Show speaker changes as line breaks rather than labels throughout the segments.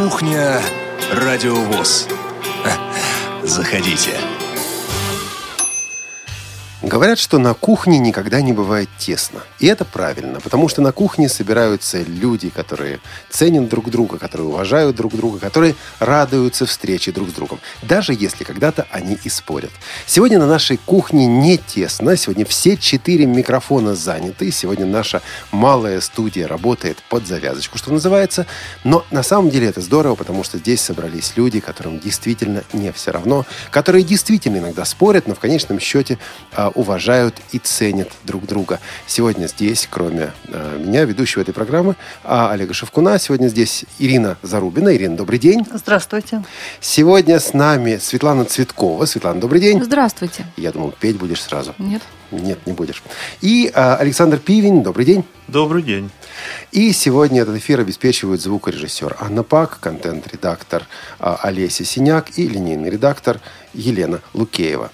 Кухня Радиовоз. Заходите.
Говорят, что на кухне никогда не бывает тесно. И это правильно, потому что на кухне собираются люди, которые ценят друг друга, которые уважают друг друга, которые радуются встрече друг с другом, даже если когда-то они и спорят. Сегодня на нашей кухне не тесно, сегодня все 4 микрофона заняты, сегодня наша малая студия работает под завязочку, что называется, но на самом деле это здорово, потому что здесь собрались люди, которым действительно не все равно, которые действительно иногда спорят, но в конечном счете уважают и ценят друг друга. Сегодня здесь, кроме меня, ведущего этой программы, Олега Шевкуна, сегодня здесь Ирина Зарубина. Ирина, добрый день.
Здравствуйте.
Сегодня с нами Светлана Цветкова. Светлана, добрый день.
Здравствуйте.
Я думал, петь будешь сразу.
Нет.
Нет, не будешь. И Александр Пивень, добрый день.
Добрый день.
И сегодня этот эфир обеспечивают звукорежиссер Анна Пак, контент-редактор Олеся Синяк и линейный редактор Елена Лукеева.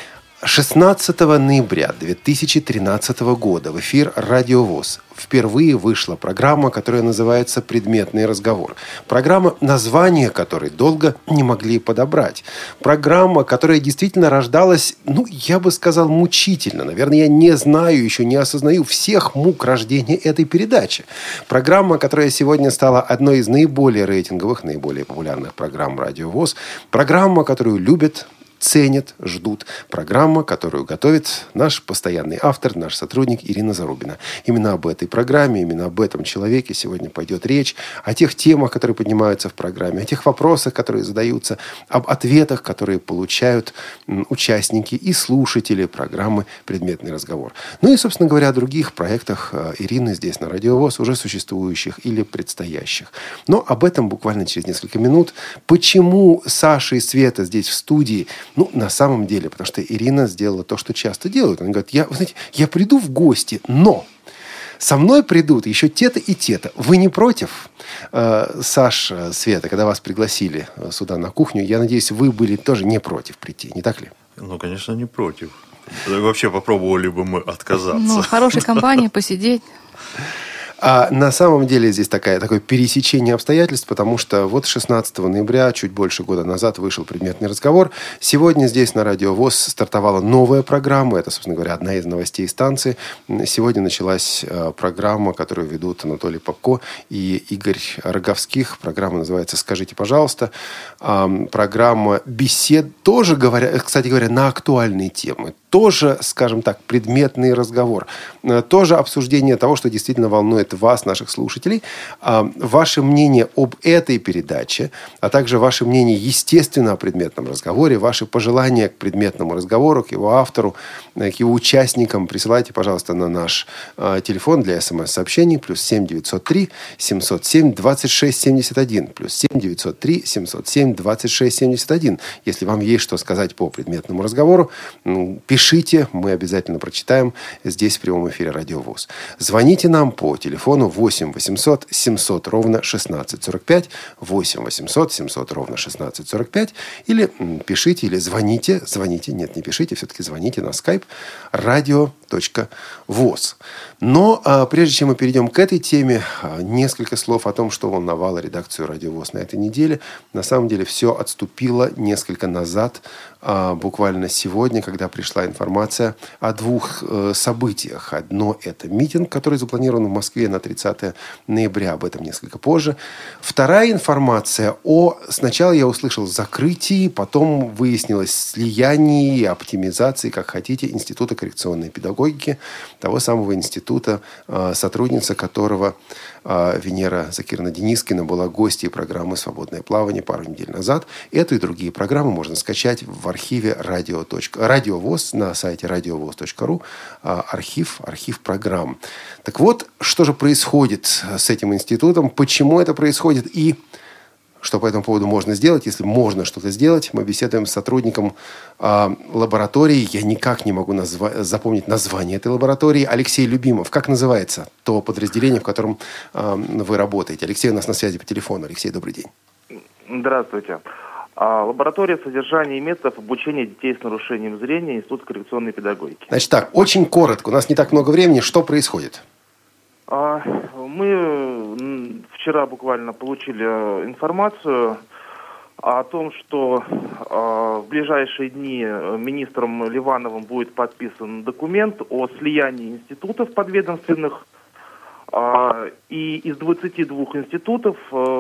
16 ноября 2013 года в эфир «Радиовоз» впервые вышла программа, которая называется «Предметный разговор». Программа, название которой долго не могли подобрать. Программа, которая действительно рождалась, я бы сказал, мучительно. Наверное, я не знаю, еще не осознаю всех мук рождения этой передачи. Программа, которая сегодня стала одной из наиболее рейтинговых, наиболее популярных программ «Радиовоз». Программа, которую любят, ценят, ждут. Программа, которую готовит наш постоянный автор, наш сотрудник Ирина Зарубина. Именно об этой программе, именно об этом человеке сегодня пойдет речь. О тех темах, которые поднимаются в программе, о тех вопросах, которые задаются, об ответах, которые получают участники и слушатели программы «Предметный разговор». И, собственно говоря, о других проектах Ирины здесь на Радиовоз, уже существующих или предстоящих. Но об этом буквально через несколько минут. Почему Саша и Света здесь в студии? На самом деле, потому что Ирина сделала то, что часто делают. Она говорит, я приду в гости, но со мной придут еще те-то и те-то. Вы не против? Саш, Света, когда вас пригласили сюда на кухню, я надеюсь, вы были тоже не против прийти, не так ли?
Конечно, не против. Вообще попробовали бы мы отказаться.
Хорошей компании посидеть.
А на самом деле здесь такое пересечение обстоятельств, потому что 16 ноября, чуть больше года назад, вышел «Предметный разговор». Сегодня здесь на Радиовоз стартовала новая программа. Это, собственно говоря, одна из новостей станции. Сегодня началась программа, которую ведут Анатолий Попко и Игорь Роговских. Программа называется «Скажите, пожалуйста». Программа бесед, тоже, кстати говоря, на актуальные темы. Тоже, скажем так, предметный разговор. Тоже обсуждение того, что действительно волнует вас, наших слушателей. Ваше мнение об этой передаче, а также ваше мнение, естественно, о предметном разговоре, ваши пожелания к предметному разговору, к его автору, к его участникам присылайте, пожалуйста, на наш телефон для СМС-сообщений +7 903 707 26 71 +7 903 707 26 71. Если вам есть что сказать по предметному разговору, пишите, мы обязательно прочитаем здесь в прямом эфире «Радиовоз». Звоните нам по телефону 8 800 700 ровно 1645, 8 800 700 ровно 1645, или пишите, или звоните, нет, не пишите, все-таки звоните на skype radio.voz. Но прежде чем мы перейдем к этой теме, несколько слов о том, что волновало редакцию «Радиовоз» на этой неделе. На самом деле все отступило несколько назад, буквально сегодня, когда пришла информация о двух событиях. Одно – это митинг, который запланирован в Москве на 30 ноября. Об этом несколько позже. Вторая информация сначала я услышал закрытии, потом выяснилось слиянии, оптимизации, как хотите, Института коррекционной педагогики, того самого института, сотрудница которого Венера Закировна Денискина была гостьей программы «Свободное плавание» пару недель назад. Эту и другие программы можно скачать в архиве Радиовоз на сайте radiovoz.ru, архив программ. Так вот, что же происходит с этим институтом, почему это происходит и что по этому поводу можно сделать, если можно что-то сделать. Мы беседуем с сотрудником лаборатории. Я никак не могу запомнить название этой лаборатории. Алексей Любимов. Как называется то подразделение, в котором вы работаете? Алексей у нас на связи по телефону. Алексей, добрый день.
Здравствуйте. Лаборатория содержания и методов обучения детей с нарушением зрения, Институт коррекционной педагогики.
Значит так, очень коротко. У нас не так много времени. Что происходит?
Мы вчера буквально получили информацию о том, что в ближайшие дни министром Ливановым будет подписан документ о слиянии институтов подведомственных, и из 22 институтов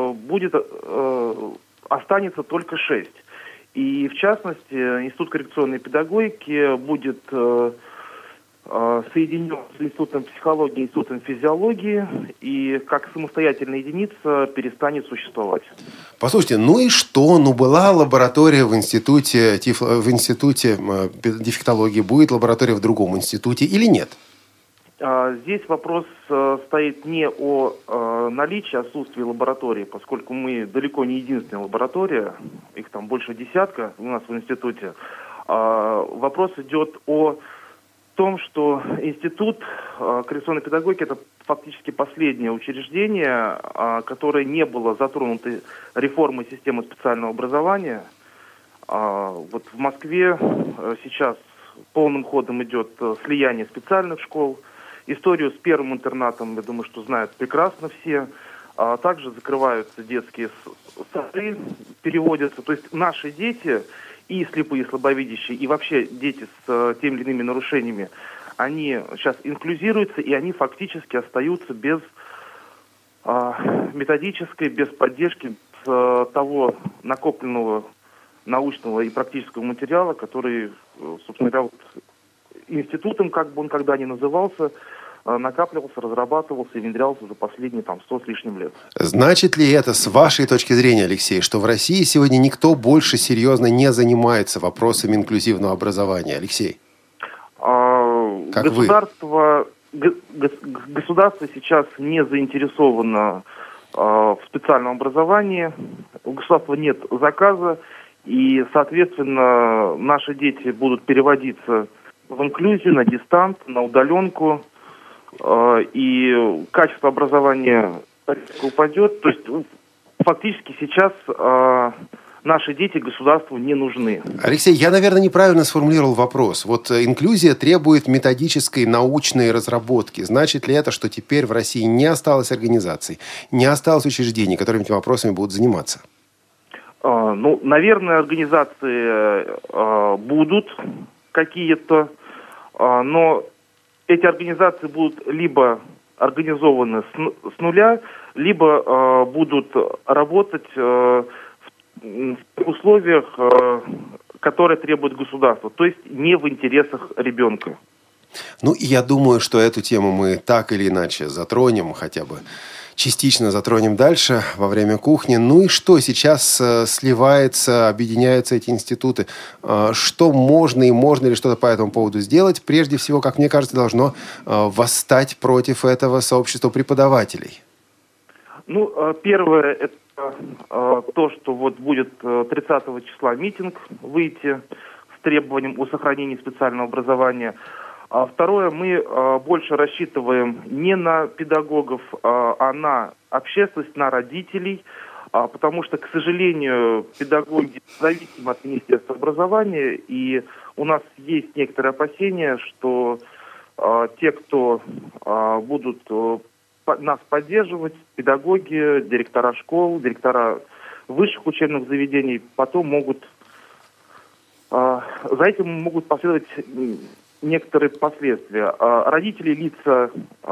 останется только 6. И, в частности, Институт коррекционной педагогики будет соединен с Институтом психологии и Институтом физиологии, и как самостоятельная единица перестанет существовать.
Послушайте, ну и что? Ну, была лаборатория в институте дефектологии, будет лаборатория в другом институте или нет?
Здесь вопрос стоит не о наличии, отсутствии лаборатории, поскольку мы далеко не единственная лаборатория, их там больше десятка у нас в институте. Вопрос идет о том, что Институт коррекционной педагогики – это фактически последнее учреждение, которое не было затронуто реформой системы специального образования. Вот в Москве сейчас полным ходом идет слияние специальных школ. Историю с первым интернатом, я думаю, что знают прекрасно все. Также закрываются детские сады, переводятся. То есть наши дети, и слепые, и слабовидящие, и вообще дети с теми или иными нарушениями, они сейчас инклюзируются, и они фактически остаются без методической, без поддержки, с того накопленного научного и практического материала, который, собственно говоря, институтом, как бы он когда ни назывался, накапливался, разрабатывался и внедрялся за последние 100 с лишним лет. Значит ли это, с вашей точки зрения, Алексей, что в России сегодня никто больше серьезно не занимается вопросами инклюзивного образования? Алексей? Государство сейчас не заинтересовано в специальном образовании, у государства нет заказа, и, соответственно, наши дети будут переводиться в инклюзию, на дистант, на удаленку, и качество образования упадет. То есть фактически сейчас наши дети государству не нужны. Алексей, я, наверное, неправильно сформулировал вопрос. Вот инклюзия требует методической научной разработки. Значит ли это, что теперь в России не осталось организаций, не осталось учреждений, которыми этими вопросами будут заниматься? Наверное, организации будут какие-то, но эти организации будут либо организованы с нуля, либо будут работать в условиях, которые требует государство, то есть не в интересах ребенка. Ну, и я думаю, что эту тему мы так или иначе затронем, хотя бы частично затронем дальше во время кухни. Ну и что сейчас сливается, объединяются эти институты? Что можно и можно ли что-то по этому поводу сделать? Прежде всего, как мне кажется, должно восстать против этого сообщество преподавателей. Первое – это то, что вот будет 30 числа митинг выйти с требованием о сохранении специального образования. Второе, мы больше рассчитываем не на педагогов, а на общественность, на родителей, потому что, к сожалению, педагоги зависимы от Министерства образования, и у нас есть некоторые опасения, что те, кто будут нас поддерживать, педагоги, директора школ, директора высших учебных заведений, потом могут, за этим могут последовать некоторые последствия. Родители, лица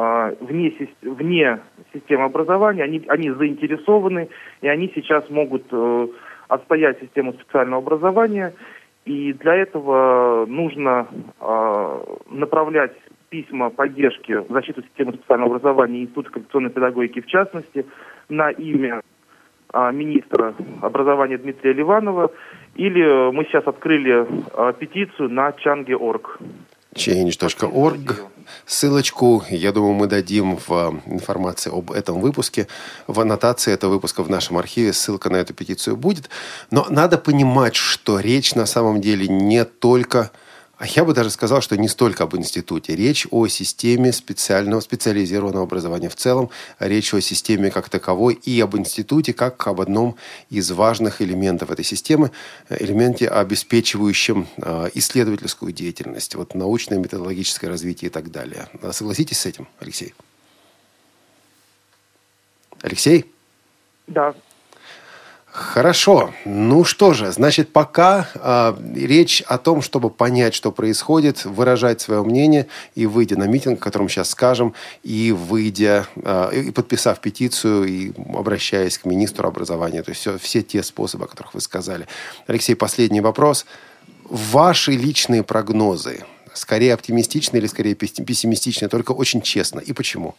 вне системы образования, они заинтересованы, и они сейчас могут отстоять систему специального образования, и для этого нужно направлять письма поддержки защиты системы специального образования и Института коррекционной педагогики, в частности, на имя министра образования Дмитрия Ливанова, или мы сейчас открыли петицию на Change.org. Change.org. Ссылочку, я думаю, мы дадим в информации об этом выпуске. В аннотации этого выпуска в нашем архиве ссылка на эту петицию будет. Но надо понимать, что речь на самом деле не только... А я бы даже сказал, что не столько об институте. Речь о системе специализированного образования в целом. Речь о системе как таковой и об институте как об одном из важных элементов этой системы. Элементе, обеспечивающем исследовательскую деятельность, научное, методологическое развитие и так далее. Согласитесь с этим, Алексей?
Алексей?
Да.
Хорошо. Ну что же, значит, пока речь о том, чтобы понять, что происходит, выражать свое мнение и выйдя на митинг, о котором сейчас скажем, и выйдя, и подписав петицию, и обращаясь к министру образования. То есть все те способы, о которых вы сказали. Алексей, последний вопрос. Ваши личные прогнозы скорее оптимистичны или скорее пессимистичны? Только очень честно. И почему?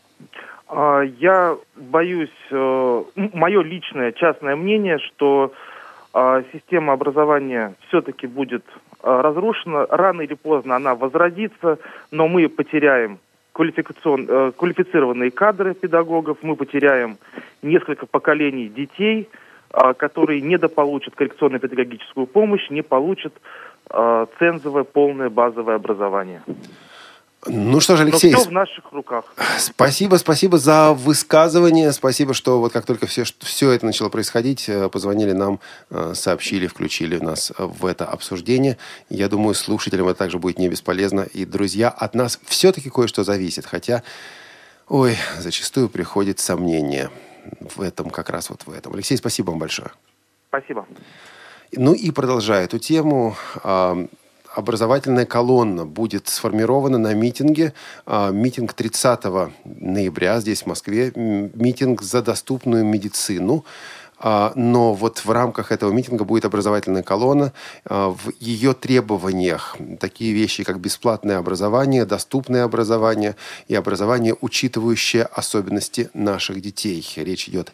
Я боюсь, мое личное частное мнение, что система образования все-таки будет разрушена. Рано или поздно она возродится, но мы потеряем квалифицированные кадры педагогов, мы потеряем несколько поколений детей, которые недополучат коррекционно-педагогическую помощь, не получат цензовое полное базовое образование.
Ну что ж, Алексей,
но все в наших руках.
Спасибо за высказывание. Спасибо, что вот как только все это начало происходить, позвонили нам, сообщили, включили нас в это обсуждение. Я думаю, слушателям это также будет не бесполезно. И, друзья, от нас все-таки кое-что зависит. Хотя, зачастую приходит сомнение в этом, как раз вот в этом. Алексей, спасибо вам большое.
Спасибо.
Ну и продолжая эту тему, образовательная колонна будет сформирована на митинге. Митинг 30 ноября здесь, в Москве. Митинг за доступную медицину. Но вот в рамках этого митинга будет образовательная колонна. В ее требованиях такие вещи, как бесплатное образование, доступное образование и образование, учитывающее особенности наших детей. Речь идет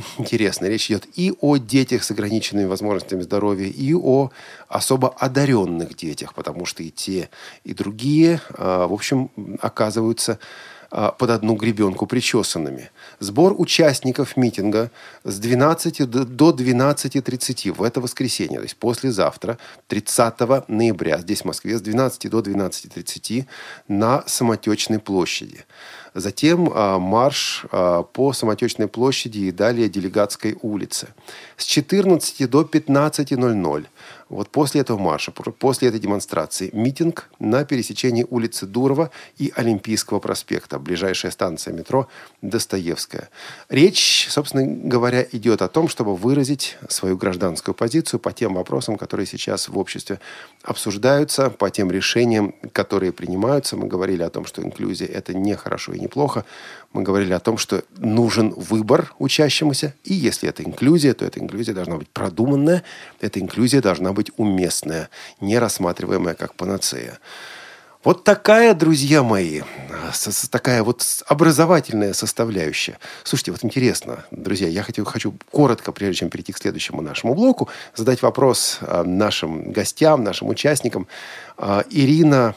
и о детях с ограниченными возможностями здоровья, и о особо одаренных детях, потому что и те, и другие, в общем, оказываются под одну гребенку причесанными. Сбор участников митинга с 12 до 12:30 в это воскресенье, то есть послезавтра, 30 ноября, здесь в Москве, с 12 до 12:30 на Самотечной площади. Затем марш по Самотечной площади и далее Делегатской улице. С 14 до 15:00. Вот после этого марша, после этой демонстрации, митинг на пересечении улицы Дурова и Олимпийского проспекта. Ближайшая станция метро Достоевская. Речь, собственно говоря, идет о том, чтобы выразить свою гражданскую позицию по тем вопросам, которые сейчас в обществе обсуждаются, по тем решениям, которые принимаются. Мы говорили о том, что инклюзия – это не хорошо и не плохо. Мы говорили о том, что нужен выбор учащемуся. И если это инклюзия, то эта инклюзия должна быть продуманная. Эта инклюзия должна быть уместная, не рассматриваемая как панацея. Вот такая, друзья мои, такая вот образовательная составляющая. Слушайте, вот интересно, друзья, я хочу коротко, прежде чем перейти к следующему нашему блоку, задать вопрос нашим гостям, нашим участникам. Ирина,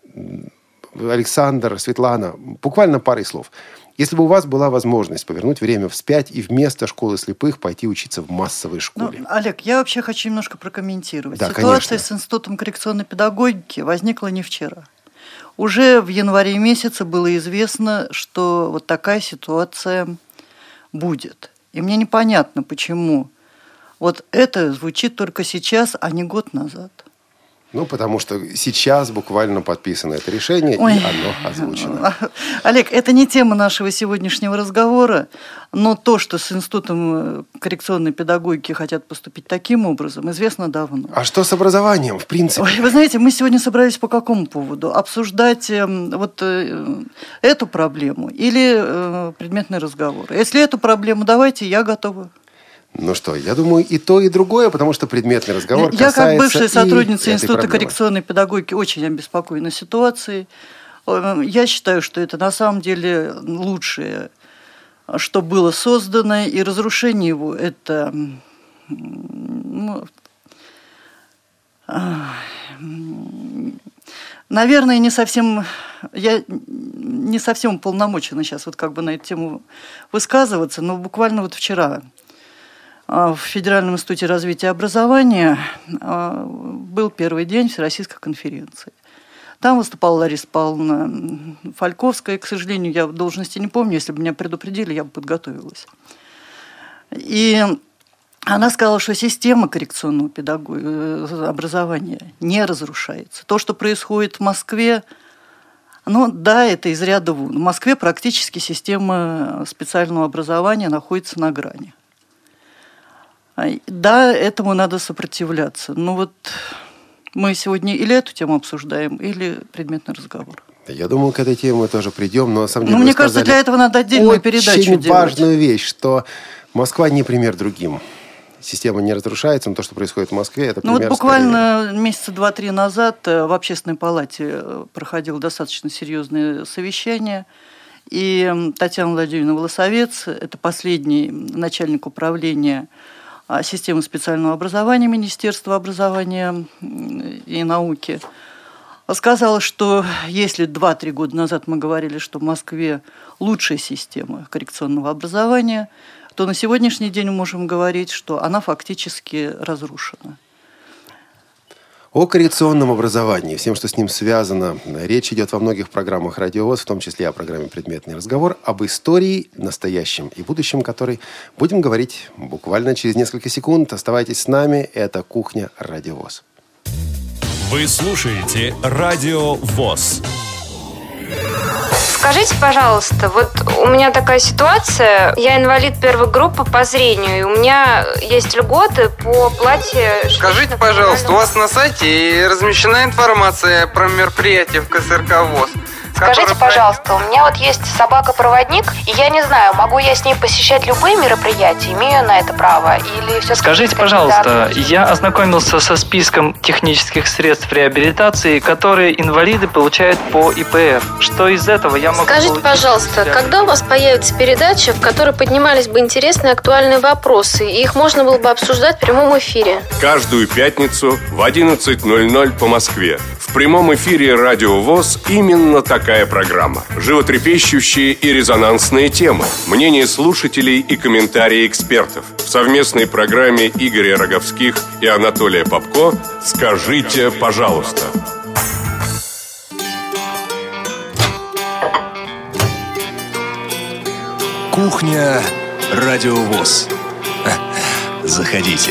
Александр, Светлана, буквально парой слов. Если бы у вас была возможность повернуть время вспять и вместо школы слепых пойти учиться в массовой школе.
Олег, я вообще хочу немножко прокомментировать.
Да,
Ситуация
конечно.
с Институтом коррекционной педагогики возникла не вчера. Уже в январе месяце было известно, что вот такая ситуация будет. И мне непонятно, почему вот это звучит только сейчас, а не год назад.
Ну, потому что сейчас буквально подписано это решение, и оно озвучено.
Олег, это не тема нашего сегодняшнего разговора, но то, что с Институтом коррекционной педагогики хотят поступить таким образом, известно давно.
А что с образованием, в принципе?
Ой, вы знаете, мы сегодня собрались по какому поводу? Обсуждать вот эту проблему или предметный разговор? Если эту проблему, давайте, я готова.
Ну что, я думаю, и то, и другое, потому что предметный разговор касается.
Я, как бывшая сотрудница
и
Института
проблемы.
коррекционной педагогики, очень обеспокоена ситуацией. Я считаю, что это на самом деле лучшее, что было создано, и разрушение его – это наверное, не совсем... Я не совсем уполномочена сейчас вот как бы на эту тему высказываться, но буквально вот вчера в Федеральном институте развития образования был первый день Всероссийской конференции. Там выступала Лариса Павловна Фальковская. К сожалению, я в должности не помню. Если бы меня предупредили, я бы подготовилась. И она сказала, что система коррекционного образования не разрушается. То, что происходит в Москве, Ну да, это из ряда вон. В Москве практически система специального образования находится на грани. Да, этому надо сопротивляться. Но вот мы сегодня или эту тему обсуждаем, или предметный разговор.
Я думал, к этой теме мы тоже придем, но на самом деле
мне кажется, для этого надо отдельную передачу делать.
Очень важную вещь, что Москва не пример другим. Система не разрушается, но то, что происходит в Москве, это пример.
Вот буквально месяца 2-3 назад в Общественной палате проходило достаточно серьезное совещание. И Татьяна Владимировна Волосовец, это последний начальник управления системы специального образования Министерства образования и науки, сказала, что если 2-3 года назад мы говорили, что в Москве лучшая система коррекционного образования, то на сегодняшний день мы можем говорить, что она фактически разрушена.
О коррекционном образовании, всем, что с ним связано, речь идет во многих программах «Радио ВОС», в том числе о программе «Предметный разговор», об истории, настоящем и будущем, которой будем говорить буквально через несколько секунд. Оставайтесь с нами, это «Кухня Радио ВОС».
Вы слушаете «Радио ВОС».
Скажите, пожалуйста, вот у меня такая ситуация, я инвалид первой группы по зрению, и у меня есть льготы по оплате...
Скажите, пожалуйста, у вас на сайте размещена информация про мероприятие в КСРК ВОС?
Скажите, пожалуйста, у меня вот есть собака-проводник, и я не знаю, могу я с ней посещать любые мероприятия, имею я на это право, или все-таки...
Скажите, пожалуйста, я ознакомился со списком технических средств реабилитации, которые инвалиды получают по ИПР. Что из этого я могу
Скажите, пожалуйста, когда у вас появится передача, в которой поднимались бы интересные актуальные вопросы, и их можно было бы обсуждать в прямом эфире?
Каждую пятницу в 11:00 по Москве. В прямом эфире «Радио ВОС» именно такая программа. Животрепещущие и резонансные темы, мнения слушателей и комментарии экспертов. В совместной программе Игоря Роговских и Анатолия Попко «Скажите, пожалуйста».
Кухня Радио ВОС. Заходите.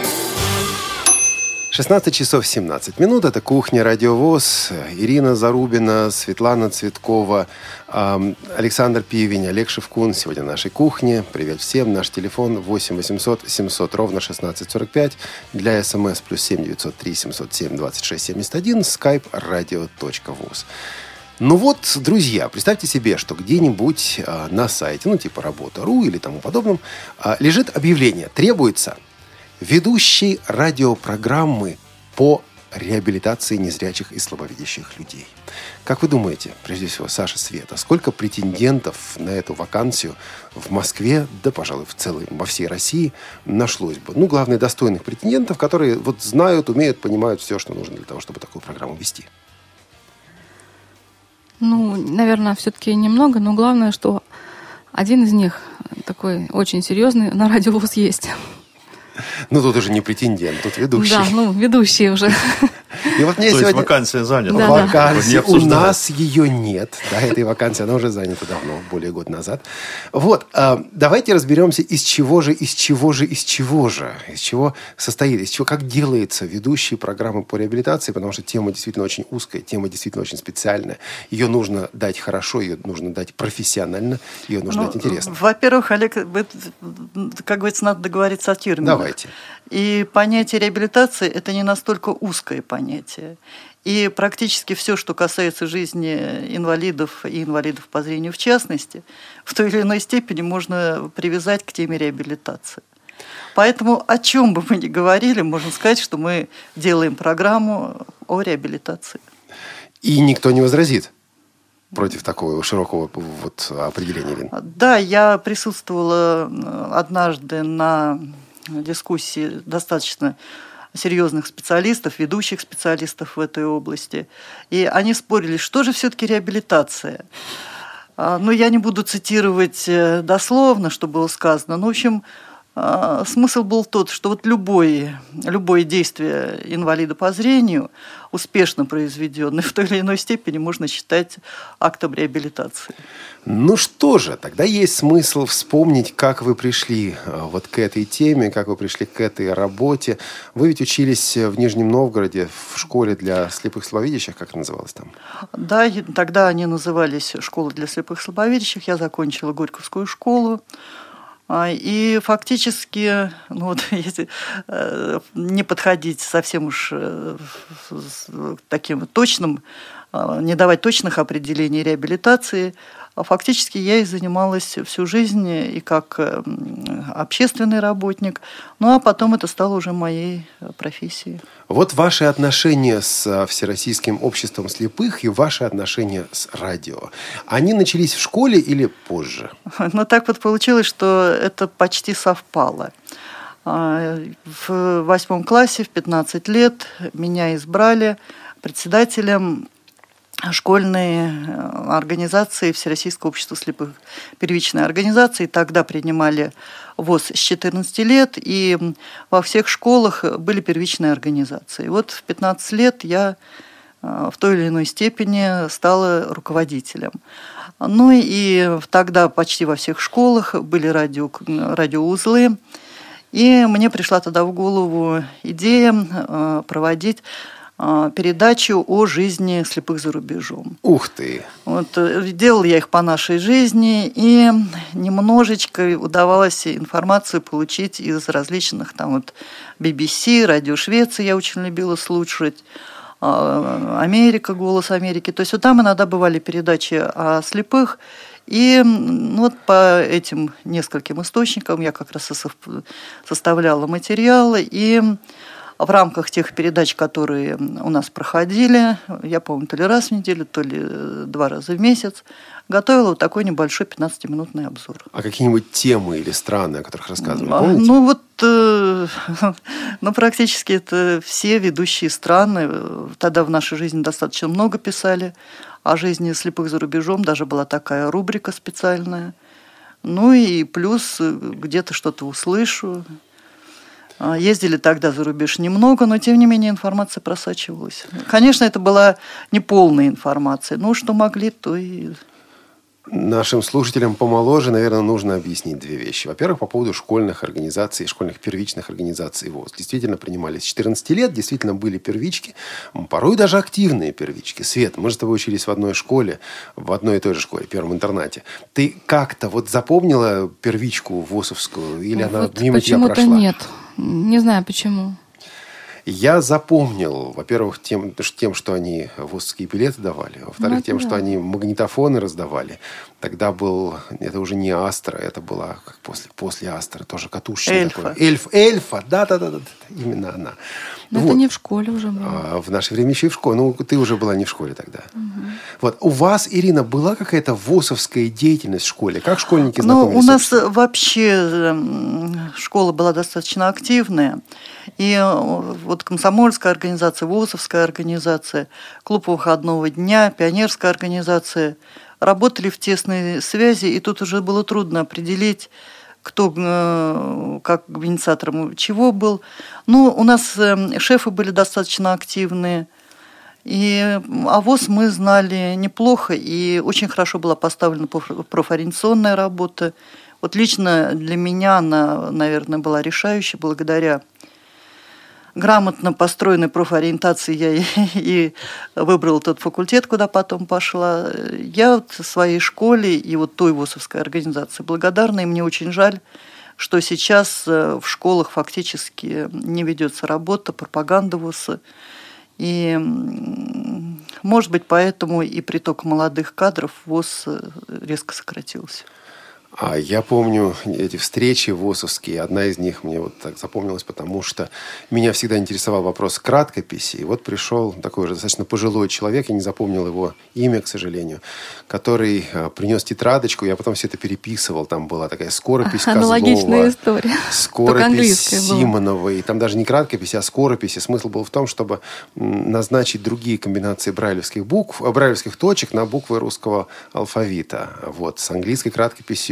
16 часов 17 минут. Это «Кухня Радио ВОС». Ирина Зарубина, Светлана Цветкова, Александр Пивень, Олег Шевкун сегодня в нашей кухне. Привет всем. Наш телефон 8 800 700 ровно 1645. Для СМС +7 903 707 26 71. Skype radio.voz. Ну вот, друзья, представьте себе, что где-нибудь на сайте, ну типа работа.ру или тому подобном, лежит объявление. Требуется ведущий радиопрограммы по реабилитации незрячих и слабовидящих людей. Как вы думаете, прежде всего, Саша, Света, сколько претендентов на эту вакансию в Москве, да, пожалуй, в целом во всей России нашлось бы? Ну, главное, достойных претендентов, которые вот знают, умеют, понимают все, что нужно для того, чтобы такую программу вести.
Ну, наверное, все-таки немного, но главное, что один из них такой очень серьезный на Радио ВОС есть.
Ну, тут уже не претендент, тут ведущий.
Да, ну, ведущий уже.
И вот мне
То
сегодня...
есть вакансия занята.
Да,
вакансии у нас ее нет. Да, этой вакансии, она уже занята давно, более года назад. Вот, давайте разберемся, из чего состоит, из чего, как делается ведущий программы по реабилитации, потому что тема действительно очень узкая, тема действительно очень специальная. Ее нужно дать хорошо, ее нужно дать профессионально, ее нужно дать интересно.
Во-первых, Олег, как говорится, надо договориться о терминах.
Давайте.
И понятие реабилитации – это не настолько узкое понятие. И практически все, что касается жизни инвалидов и инвалидов по зрению в частности, в той или иной степени можно привязать к теме реабилитации. Поэтому о чем бы мы ни говорили, можно сказать, что мы делаем программу о реабилитации.
И никто не возразит против такого широкого вот определения, Ирина?
Да, я присутствовала однажды на дискуссии достаточно серьезных специалистов, ведущих специалистов в этой области. И они спорили, что же все-таки реабилитация. Но я не буду цитировать дословно, что было сказано. Но, в общем, смысл был тот, что вот любое действие инвалида по зрению, успешно произведенное, в той или иной степени можно считать актом реабилитации.
Ну что же, тогда есть смысл вспомнить, как вы пришли вот к этой теме, как вы пришли к этой работе. Вы ведь учились в Нижнем Новгороде в школе для слепых слабовидящих, как это называлось там?
Да, тогда они назывались «Школа для слепых слабовидящих». Я закончила Горьковскую школу. И фактически, ну вот, если не подходить совсем уж таким точным, не давать точных определений реабилитации, фактически я и занималась всю жизнь и как общественный работник, ну а потом это стало уже моей профессией.
Вот ваши отношения с Всероссийским обществом слепых и ваши отношения с радио, они начались в школе или позже?
Ну так вот получилось, что это почти совпало. В 8 классе, в 15 лет меня избрали председателем школьной организации Всероссийского общества слепых, первичной организации. Тогда принимали ВОС с 14 лет, и во всех школах были первичные организации. Вот в 15 лет я в той или иной степени стала руководителем. Ну и тогда почти во всех школах были радиоузлы, и мне пришла тогда в голову идея проводить передачу о жизни слепых за рубежом.
Ух ты!
Вот, делала я их по нашей жизни, и немножечко удавалось информацию получить из различных там вот BBC, Радио Швеции я очень любила слушать, Америка, Голос Америки. То есть вот там иногда бывали передачи о слепых, и вот по этим нескольким источникам я как раз и составляла материалы, и в рамках тех передач, которые у нас проходили, я помню, то ли раз в неделю, то ли 2 раза в месяц, готовила вот такой небольшой 15-минутный обзор.
А какие-нибудь темы или страны, о которых рассказывали, помните?
Ну вот, практически это все ведущие страны. Тогда в нашей жизни достаточно много писали о жизни слепых за рубежом, даже была такая рубрика специальная. Ну и плюс где-то что-то услышу. Ездили тогда за рубеж немного, но тем не менее информация просачивалась. Конечно, это была неполная информация, но что могли, то и...
Нашим слушателям помоложе, наверное, нужно объяснить 2 вещи. Во-первых, по поводу школьных организаций, школьных первичных организаций ВОС. Действительно принимались с 14 лет, действительно были первички, порой даже активные первички. Свет, мы же с тобой учились в одной школе, в одной и той же школе, первом интернате. Ты как-то вот запомнила первичку ВОСовскую, или она
вот
мимо тебя прошла?
Почему-то нет. Не знаю, почему.
Я запомнил, во-первых, тем, что они ВОСовские билеты давали, во-вторых, тем, что они магнитофоны раздавали. Тогда был, это уже не Астра, это была как после Астры, тоже катушечный такой. Эльфа, да, именно она.
Но вот. Это не в школе уже было.
В наше время еще и в школе. Ну, ты уже была не в школе тогда. Угу. Вот. У вас, Ирина, была какая-то ВОСовская деятельность в школе? Как школьники знакомились?
Ну, у нас вообще школа была достаточно активная. И вот комсомольская организация, ВОСовская организация, клуб выходного дня, пионерская организация работали в тесной связи, и тут уже было трудно определить, кто как инициатором чего был. Ну, у нас шефы были достаточно активные, и ВОС мы знали неплохо, и очень хорошо была поставлена профориентационная работа. Вот лично для меня она, наверное, была решающей, благодаря грамотно построенной профориентации я и выбрала тот факультет, куда потом пошла. Я вот своей школе и вот той ВОСовской организации благодарна, и мне очень жаль, что сейчас в школах фактически не ведется работа, пропаганда ВОСа. И, может быть, поэтому и приток молодых кадров в ВОС резко сократился.
Я помню эти встречи ВОСовские. Одна из них мне вот так запомнилась, потому что меня всегда интересовал вопрос краткописи. И вот пришел такой уже достаточно пожилой человек, я не запомнил его имя, к сожалению, который принес тетрадочку, я потом все это переписывал. Там была такая скоропись Козлова,
аналогичная история.
Скоропись Симоновой. Там даже не краткопись, а скоропись. И смысл был в том, чтобы назначить другие комбинации брайлевских букв, брайлевских точек на буквы русского алфавита. Вот. С английской краткописью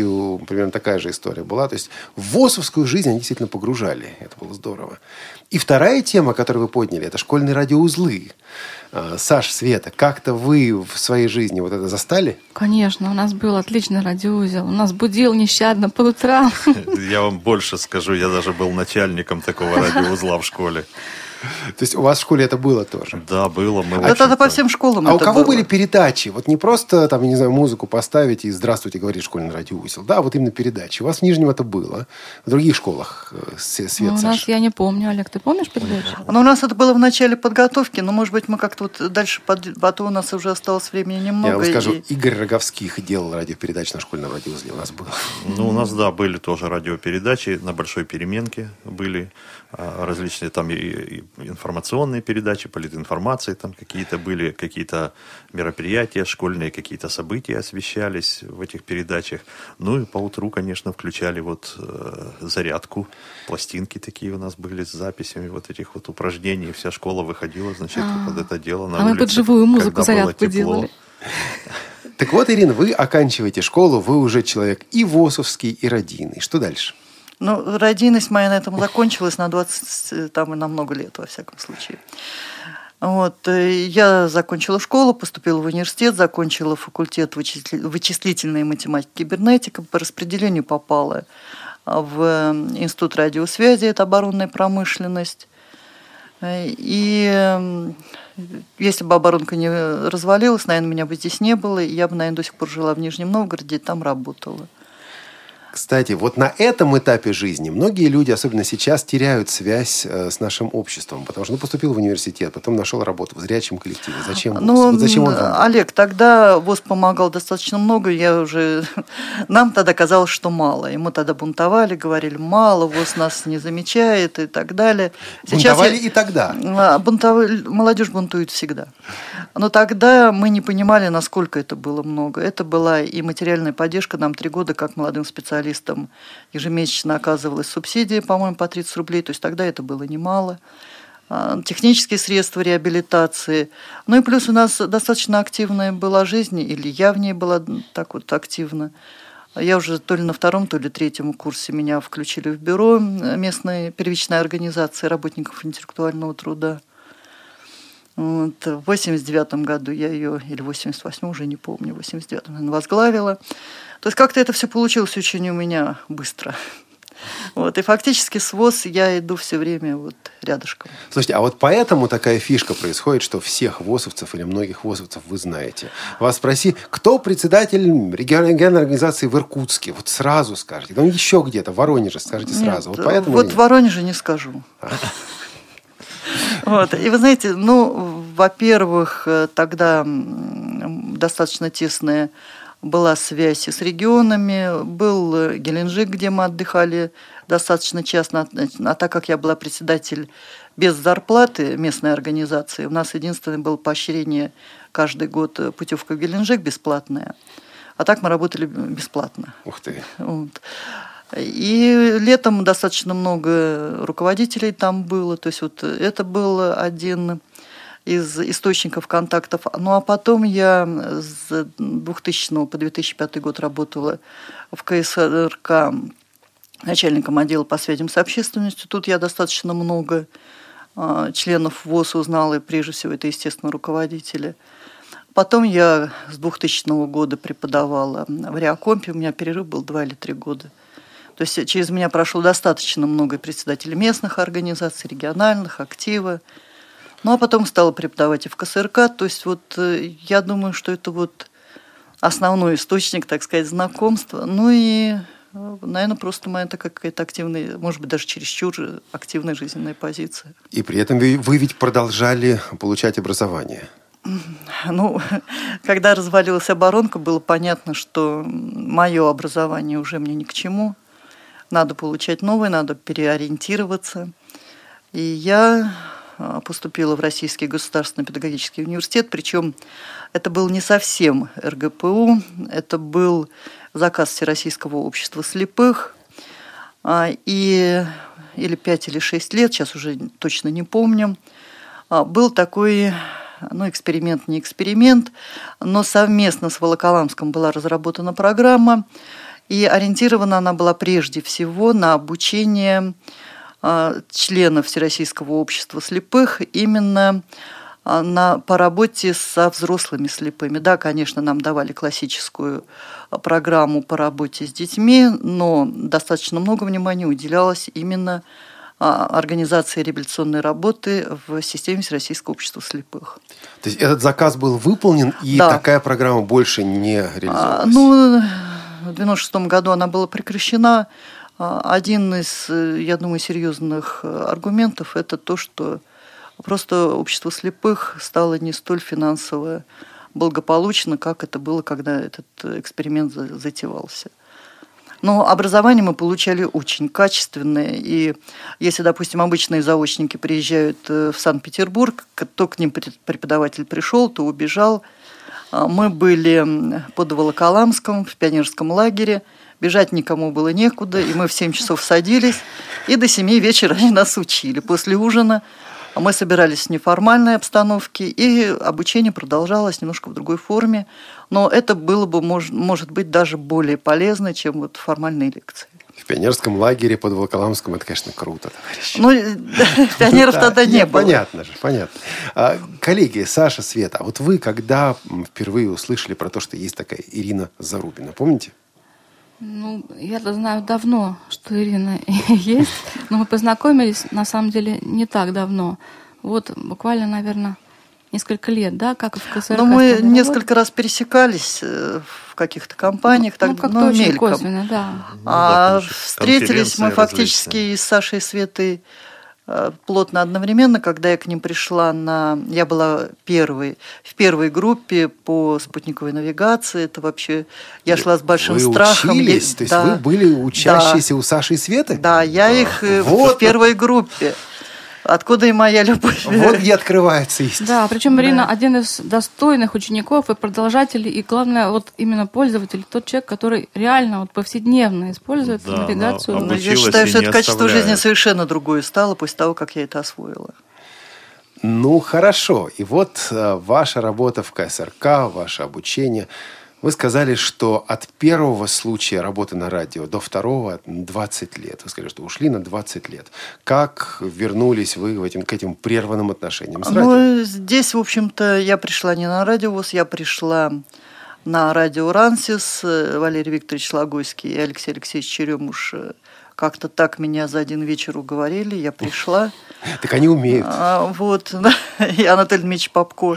говорю, примерно такая же история была. То есть в ВОСовскую жизнь они действительно погружали. Это было здорово. И вторая тема, которую вы подняли, это школьные радиоузлы. Саш, Света, как-то вы в своей жизни вот это застали?
Конечно, у нас был отличный радиоузел. У нас будил нещадно по утрам.
Я вам больше скажу, я даже был начальником такого радиоузла в школе.
То есть у вас в школе это было тоже?
Да, было.
Это по всем школам.
А у кого были передачи? Вот не просто, там, я не знаю, музыку поставить и «Здравствуйте», говорит школьный радиоузел. Да, вот именно передачи. У вас в Нижнем это было. В других школах, Свет,
У нас, я не помню. Олег, ты помнишь передачу?
Ну, у нас это было в начале подготовки, но, может быть, мы как-то вот дальше, потом у нас уже осталось времени немного.
Я вам скажу, Игорь Роговских делал радиопередачи на школьном радиоузле. У нас было.
Ну, у нас, да, были тоже радиопередачи. На Большой Переменке были различные там и информационные передачи, политинформации там какие-то были, какие-то мероприятия школьные, какие-то события освещались в этих передачах. Ну и поутру, конечно, включали вот зарядку, пластинки такие у нас были с записями вот этих вот упражнений. Вся школа выходила, значит, под это дело на улице.
Мы под живую музыку зарядку делали.
Так вот, Ирина, вы оканчиваете школу, вы уже человек и ВОСовский, и родийный. Что дальше?
Ну, родийность моя на этом закончилась на 20, там и на много лет, во всяком случае. Вот. Я закончила школу, поступила в университет, закончила факультет вычислительной математики и кибернетика. По распределению попала в Институт радиосвязи, это оборонная промышленность. И если бы оборонка не развалилась, наверное, меня бы здесь не было, и я бы, наверное, до сих пор жила в Нижнем Новгороде и там работала.
Кстати, вот на этом этапе жизни многие люди, особенно сейчас, теряют связь с нашим обществом, потому что поступил в университет, потом нашел работу в зрячем коллективе. Зачем ВОС?
Ну,
вот зачем он вам?
Олег, тогда ВОС помогал достаточно много, нам тогда казалось, что мало. И мы тогда бунтовали, говорили, мало, ВОС нас не замечает и так далее.
Бунтовали и тогда?
Молодежь бунтует всегда. Но тогда мы не понимали, насколько это было много. Это была и материальная поддержка. Нам 3 года, как молодым специалистам, ежемесячно оказывалась субсидия, по-моему, по 30 рублей. То есть тогда это было немало. Технические средства реабилитации. Ну и плюс у нас достаточно активная была жизнь, или я в ней была так вот активна. Я уже то ли на 2-м, то ли 3-м курсе меня включили в бюро местной первичной организации работников интеллектуального труда. Вот. В 89 году я ее, или в 88-м, уже не помню, в 89-м, возглавила. То есть как-то это все получилось очень у меня быстро. Вот. И фактически с ВОС я иду все время вот рядышком.
Слушайте, а вот поэтому такая фишка происходит, что всех ВОСовцев или многих ВОСовцев вы знаете. Вас спроси, кто председатель региональной организации в Иркутске? Вот сразу скажете. Ну, еще где-то, в Воронеже, скажите сразу.
Нет,
вот поэтому
вот в Воронеже не скажу. Вот. И вы знаете, ну, во-первых, тогда достаточно тесная была связь с регионами, был Геленджик, где мы отдыхали достаточно часто, а так как я была председатель без зарплаты местной организации, у нас единственное было поощрение каждый год путевка в Геленджик бесплатная, а так мы работали бесплатно.
Ух ты!
Вот. И летом достаточно много руководителей там было, то есть вот это был один из источников контактов. Ну а потом я с 2000 по 2005 год работала в КСРК начальником отдела по связям с общественностью. Тут я достаточно много членов ВОС узнала, и прежде всего это, естественно, руководители. Потом я с 2000 года преподавала в Реакомпе, у меня перерыв был 2 или 3 года. То есть через меня прошло достаточно много председателей местных организаций, региональных, актива. Ну, а потом стала преподавать и в КСРК. То есть вот я думаю, что это вот основной источник, так сказать, знакомства. Ну и, наверное, просто моя такая какая-то активная, может быть, даже чересчур активная жизненная позиция.
И при этом вы ведь продолжали получать образование.
Ну, когда развалилась оборонка, было понятно, что мое образование уже мне ни к чему. Надо получать новое, надо переориентироваться. И я поступила в Российский государственный педагогический университет, причем это был не совсем РГПУ, это был заказ Всероссийского общества слепых. И или 5, или 6 лет, сейчас уже точно не помню, был такой, ну, эксперимент, не эксперимент, но совместно с Волоколамском была разработана программа. И ориентирована она была прежде всего на обучение членов Всероссийского общества слепых именно по работе со взрослыми слепыми. Да, конечно, нам давали классическую программу по работе с детьми, но достаточно много внимания уделялось именно организации реабилитационной работы в системе Всероссийского общества слепых.
То есть этот заказ был выполнен, и такая программа больше не реализовалась?
В 1996 году она была прекращена. Один из, я думаю, серьезных аргументов – это то, что просто общество слепых стало не столь финансово благополучно, как это было, когда этот эксперимент затевался. Но образование мы получали очень качественное. И если, допустим, обычные заочники приезжают в Санкт-Петербург, то к ним преподаватель пришел, то убежал. Мы были под Волоколамском, в пионерском лагере. Бежать никому было некуда, и мы в 7 часов садились, и до 7 вечера они нас учили. После ужина мы собирались в неформальной обстановке, и обучение продолжалось немножко в другой форме, но это было бы, может быть, даже более полезно, чем вот формальные лекции.
В пионерском лагере под Волоколамском это, конечно, круто, товарищи.
Пионеров тогда не было.
Понятно же, понятно. Коллеги, Саша, Света, а вот вы когда впервые услышали про то, что есть такая Ирина Зарубина, помните?
Я-то знаю давно, что Ирина есть, но мы познакомились, на самом деле, не так давно. Вот буквально, наверное, несколько лет, да, как в КСРК.
Но мы несколько раз пересекались в каких-то компаниях,
как-то очень мельком. Косвенно, да.
Встретились мы фактически с Сашей и Светой плотно одновременно, когда я к ним пришла я была в первой группе по спутниковой навигации. Это вообще... Я шла с большим страхом.
Вы учились? То есть вы были учащиеся у Саши и Светы?
Да, я их в первой группе. Откуда и моя любовь.
Вот где открывается истина.
Да, причем Ирина один из достойных учеников и продолжателей, и главное, вот именно пользователь, тот человек, который реально вот повседневно использует навигацию.
Я считаю, что это качество жизни совершенно другое стало после того, как я это освоила.
Хорошо. И вот ваша работа в КСРК, ваше обучение. Вы сказали, что от первого случая работы на радио до второго 20 лет. Вы сказали, что ушли на 20 лет. Как вернулись вы к этим прерванным отношениям с радио?
Здесь, в общем-то, я пришла не на радио ВОС, я пришла на радио РАНСИС. Валерий Викторович Логойский и Алексей Алексеевич Черемуш как-то так меня за один вечер уговорили, я пришла.
Так они умеют.
И Анатолий Дмитриевич Попко.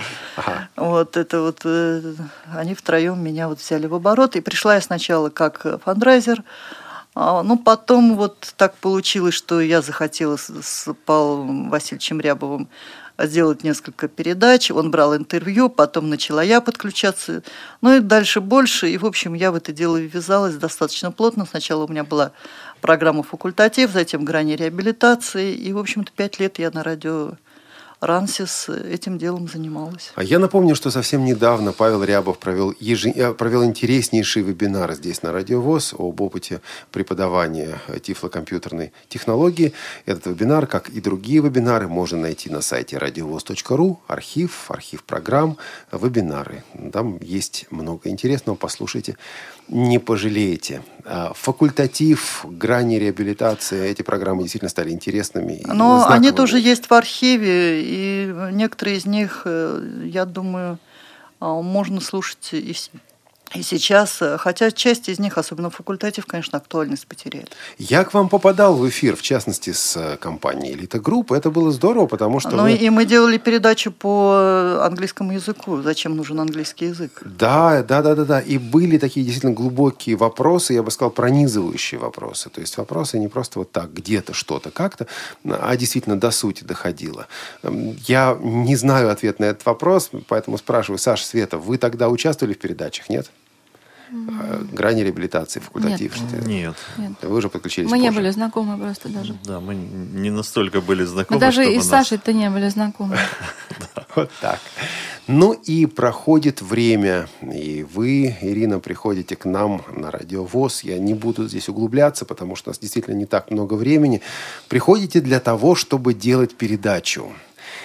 Они втроем меня взяли в оборот. И пришла я сначала как фандрайзер. Потом так получилось, что я захотела с Павлом Васильевичем Рябовым сделать несколько передач. Он брал интервью, потом начала я подключаться. И дальше больше. И, в общем, я в это дело ввязалась достаточно плотно. Сначала у меня была программа «Факультатив», затем «Грани реабилитации». И, в общем-то, 5 лет я на радио РАНСИС этим делом занималась.
А я напомню, что совсем недавно Павел Рябов провел интереснейший вебинар здесь на Радио ВОС об опыте преподавания тифлокомпьютерной технологии. Этот вебинар, как и другие вебинары, можно найти на сайте radiovoz.ru, архив программ, вебинары. Там есть много интересного, послушайте, не пожалеете. Факультатив, грани реабилитации, эти программы действительно стали интересными.
Но они тоже есть в архиве, и некоторые из них, я думаю, можно слушать и сейчас, хотя часть из них, особенно факультатив, конечно, актуальность потеряли.
Я к вам попадал в эфир, в частности, с компанией «Элита Групп». Это было здорово, потому что...
И мы делали передачу по английскому языку. Зачем нужен английский язык?
Да. И были такие действительно глубокие вопросы, я бы сказал, пронизывающие вопросы. То есть вопросы не просто вот так, где-то, что-то, как-то, а действительно до сути доходило. Я не знаю ответ на этот вопрос, поэтому спрашиваю, Саша, Света, вы тогда участвовали в передачах, нет? Грани реабилитации, факультатив?
Нет.
Вы уже подключились
Мы
позже.
не были знакомы просто даже.
Да, мы не настолько были знакомы.
Мы даже и с Сашей-то не были знакомы.
Вот так. И проходит время, и вы, Ирина, приходите к нам на Радио ВОС. Я не буду здесь углубляться, потому что у нас действительно не так много времени. Приходите для того, чтобы делать передачу.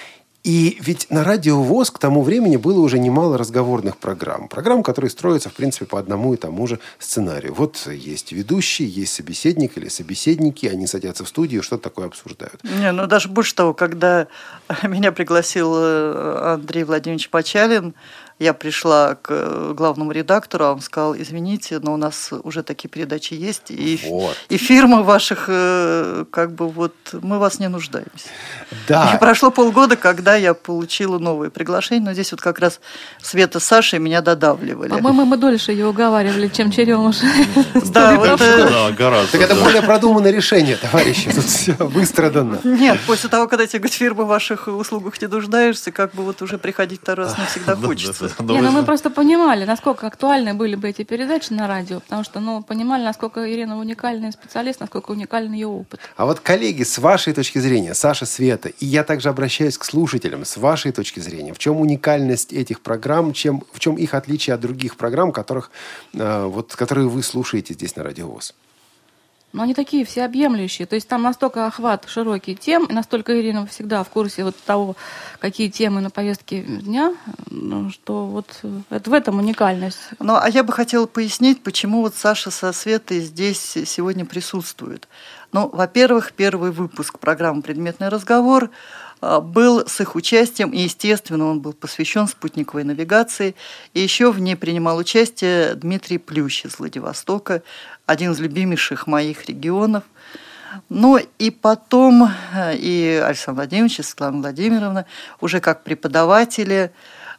И ведь на Радио ВОС к тому времени было уже немало разговорных программ. Программ, которые строятся, в принципе, по одному и тому же сценарию. Вот есть ведущий, есть собеседник или собеседники, они садятся в студию, что-то такое обсуждают.
Не, ну даже больше того, когда меня пригласил Андрей Владимирович Почалин, я пришла к главному редактору, а он сказал: извините, но у нас уже такие передачи есть, и фирмы ваших, как бы вот, мы вас не нуждаемся.
Да.
И прошло полгода, когда я получила новые приглашения, но здесь вот как раз Света с Сашей меня додавливали.
По-моему, мы дольше ее уговаривали, чем Черемуша.
Да, вот
гораздо.
Так это более продуманное решение, товарищи, тут все выстрадано.
Нет, после того, когда тебе говорят, фирмы в ваших услугах не нуждаешься, как бы вот уже приходить второй раз навсегда хочется.
Не, ну мы просто понимали, насколько актуальны были бы эти передачи на радио, потому что, понимали, насколько Ирина уникальный специалист, насколько уникальный ее опыт.
А вот, коллеги, с вашей точки зрения, Саша, Света, и я также обращаюсь к слушателям, с вашей точки зрения, в чем уникальность этих программ, в чем их отличие от других программ, которые вы слушаете здесь на Радио ВОС?
Но они такие всеобъемлющие. То есть там настолько охват широкий тем, и настолько Ирина всегда в курсе вот того, какие темы на повестке дня, что вот это в этом уникальность.
Ну, а я бы хотела пояснить, почему вот Саша со Светой здесь сегодня присутствуют. Ну, во-первых, первый выпуск программы «Предметный разговор» был с их участием, и, естественно, он был посвящен спутниковой навигации. И еще в ней принимал участие Дмитрий Плющ из Владивостока, один из любимейших моих регионов. Ну и потом и Александр Владимирович, и Светлана Владимировна уже как преподаватели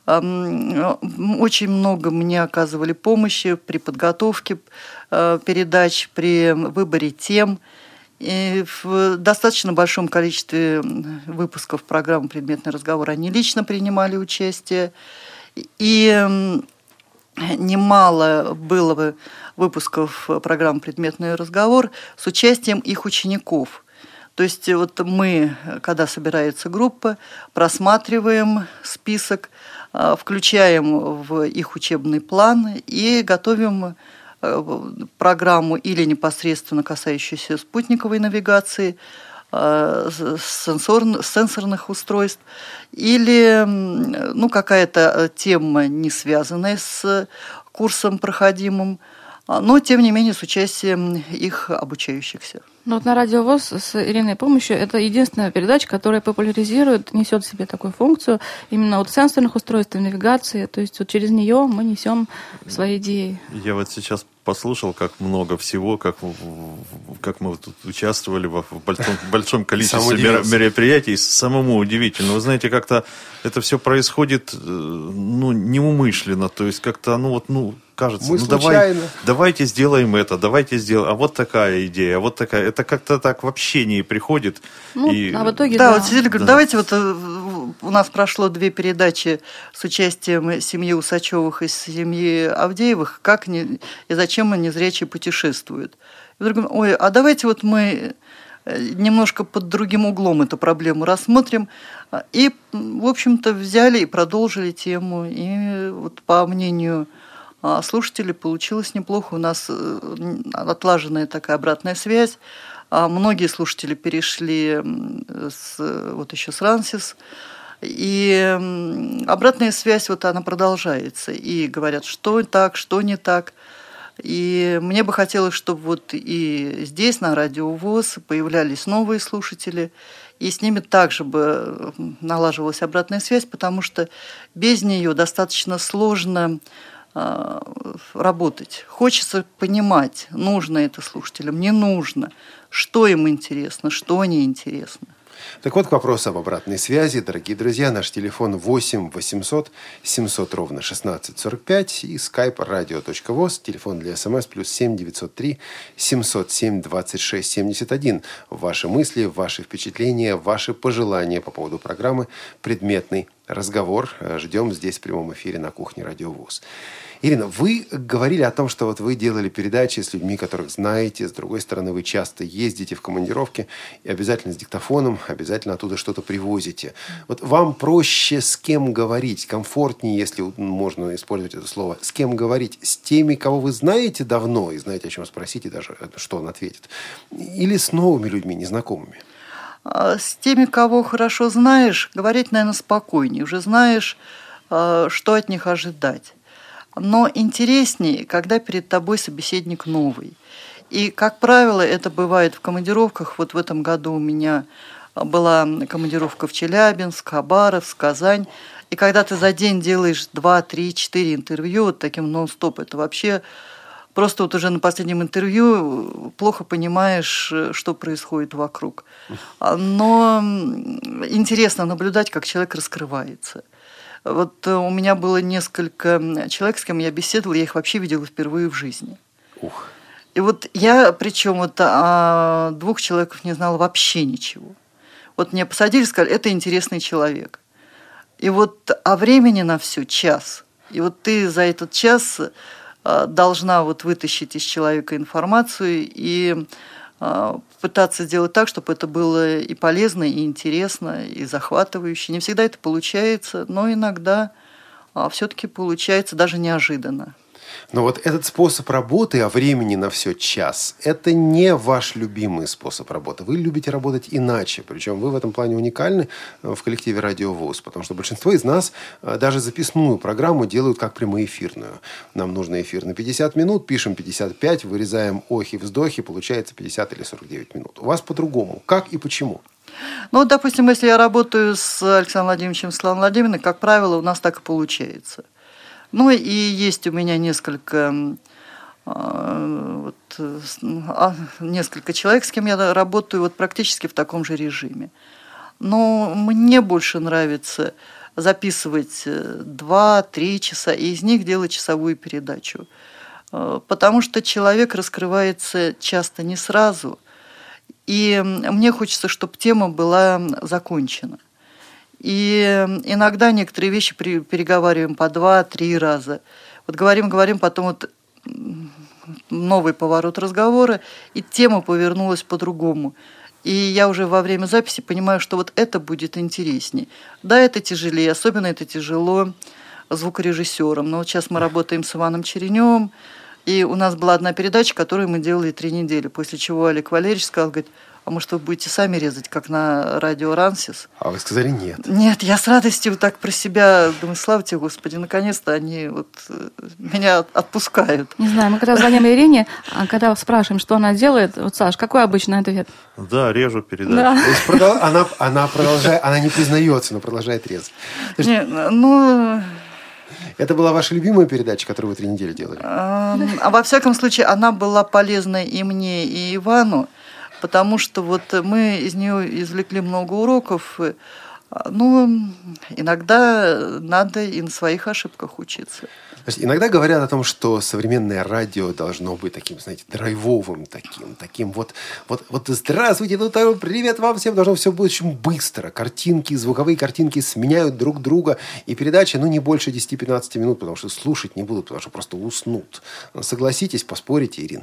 очень много мне оказывали помощи при подготовке передач, при выборе тем. И в достаточно большом количестве выпусков программы «Предметный разговор» они лично принимали участие. И немало было выпусков программы «Предметный разговор» с участием их учеников. То есть вот мы, когда собирается группа, просматриваем список, включаем в их учебный план и готовим программу или непосредственно касающуюся спутниковой навигации, сенсорных устройств, или какая-то тема, не связанная с курсом проходимым, но, тем не менее, с участием их обучающихся.
Ну вот на Радио ВОС с Ириной помощью это единственная передача, которая популяризирует, несет в себе такую функцию именно от сенсорных устройств и навигации. То есть вот через нее мы несем свои идеи.
Я вот сейчас послушал, как много всего, как мы тут участвовали в большом количестве мероприятий. Самому удивительно. Вы знаете, как-то это все происходит неумышленно. То есть как-то, кажется, давайте сделаем это, а вот такая идея, а вот такая. Это как-то так в общении приходит.
А в итоге,
вот сидели, говорят, давайте вот у нас прошло 2 передачи с участием семьи Усачевых и семьи Авдеевых, и зачем незрячие путешествуют. И вдруг говорим, а давайте вот мы немножко под другим углом эту проблему рассмотрим. И, в общем-то, взяли и продолжили тему. И вот по мнению слушателей получилось неплохо. У нас отлаженная такая обратная связь. Многие слушатели перешли еще с Рансис. И обратная связь, она продолжается. И говорят, что так, что не так. И мне бы хотелось, чтобы и здесь, на Радио ВОС, появлялись новые слушатели, и с ними также бы налаживалась обратная связь, потому что без нее достаточно сложно работать. Хочется понимать, нужно это слушателям, не нужно, что им интересно, что неинтересно.
Так вот, к вопросу об обратной связи, дорогие друзья, наш телефон 8 800 700 ровно 1645 и skype radio.voz, телефон для смс +7 903 707 26 71. Ваши мысли, ваши впечатления, ваши пожелания по поводу программы «Предметный разговор» ждем здесь в прямом эфире на кухне Радио ВОС. Ирина, вы говорили о том, что вы делали передачи с людьми, которых знаете. С другой стороны, вы часто ездите в командировки и обязательно с диктофоном, обязательно оттуда что-то привозите. Вот вам проще с кем говорить, комфортнее, если можно использовать это слово, с кем говорить? С теми, кого вы знаете давно и знаете, о чем спросить, и даже что он ответит? Или с новыми людьми, незнакомыми?
С теми, кого хорошо знаешь, говорить, наверное, спокойнее. Уже знаешь, что от них ожидать. Но интереснее, когда перед тобой собеседник новый. И, как правило, это бывает в командировках. Вот в этом году у меня была командировка в Челябинск, Хабаровск, Казань. И когда ты за день делаешь 2, 3, 4 интервью, вот таким нон-стоп, это вообще просто вот уже на последнем интервью плохо понимаешь, что происходит вокруг. Но интересно наблюдать, как человек раскрывается. Вот у меня было несколько человек, с кем я беседовала, я их вообще видела впервые в жизни.
Ух.
И вот я, причем вот о 2 человеков не знала вообще ничего. Вот меня посадили и сказали, это интересный человек. И вот о времени на все час. И вот ты за этот час должна вот вытащить из человека информацию и пытаться сделать так, чтобы это было и полезно, и интересно, и захватывающе. Не всегда это получается, но иногда все-таки получается даже неожиданно.
Но вот этот способ работы, о времени на все час, это не ваш любимый способ работы. Вы любите работать иначе. Причем вы в этом плане уникальны в коллективе «Радио ВОС», потому что большинство из нас даже записную программу делают как прямоэфирную. Нам нужно эфир на 50 минут, пишем 55, вырезаем охи-вздохи, получается 50 или 49 минут. У вас по-другому. Как и почему?
Ну, допустим, если я работаю с Александром Владимировичем, Светланой Владимировной, как правило, у нас так и получается. Ну и есть у меня несколько человек, с кем я работаю вот практически в таком же режиме. Но мне больше нравится записывать 2-3 часа и из них делать часовую передачу. Потому что человек раскрывается часто не сразу. И мне хочется, чтобы тема была закончена. И иногда некоторые вещи переговариваем по 2-3 раза. Вот говорим, потом вот новый поворот разговора, и тема повернулась по-другому. И я уже во время записи понимаю, что вот это будет интересней. Да, это тяжелее, особенно это тяжело звукорежиссерам. Но вот сейчас мы работаем с Иваном Череневым, и у нас была одна передача, которую мы делали 3 недели, после чего Олег Валерьевич сказал, говорит, а может, вы будете сами резать, как на радио Рансис?
А вы сказали нет.
Нет, я с радостью так про себя думаю, слава тебе, Господи, наконец-то они вот меня отпускают.
Не знаю, мы когда звоним Ирине, когда спрашиваем, что она делает, вот, Саш, какой обычный ответ?
Да, режу передачу.
Да.
То есть она продолжает, она не признается, но продолжает резать. Это была ваша любимая передача, которую вы 3 недели делали?
А во всяком случае, она была полезна и мне, и Ивану, потому что вот мы из нее извлекли много уроков. Ну, иногда надо и на своих ошибках учиться.
Иногда говорят о том, что современное радио должно быть таким, знаете, драйвовым, таким вот здравствуйте, привет вам всем, должно все быть очень быстро. Картинки, звуковые картинки сменяют друг друга, и передача, не больше 10-15 минут, потому что слушать не будут, потому что просто уснут. Согласитесь, поспорите, Ирина?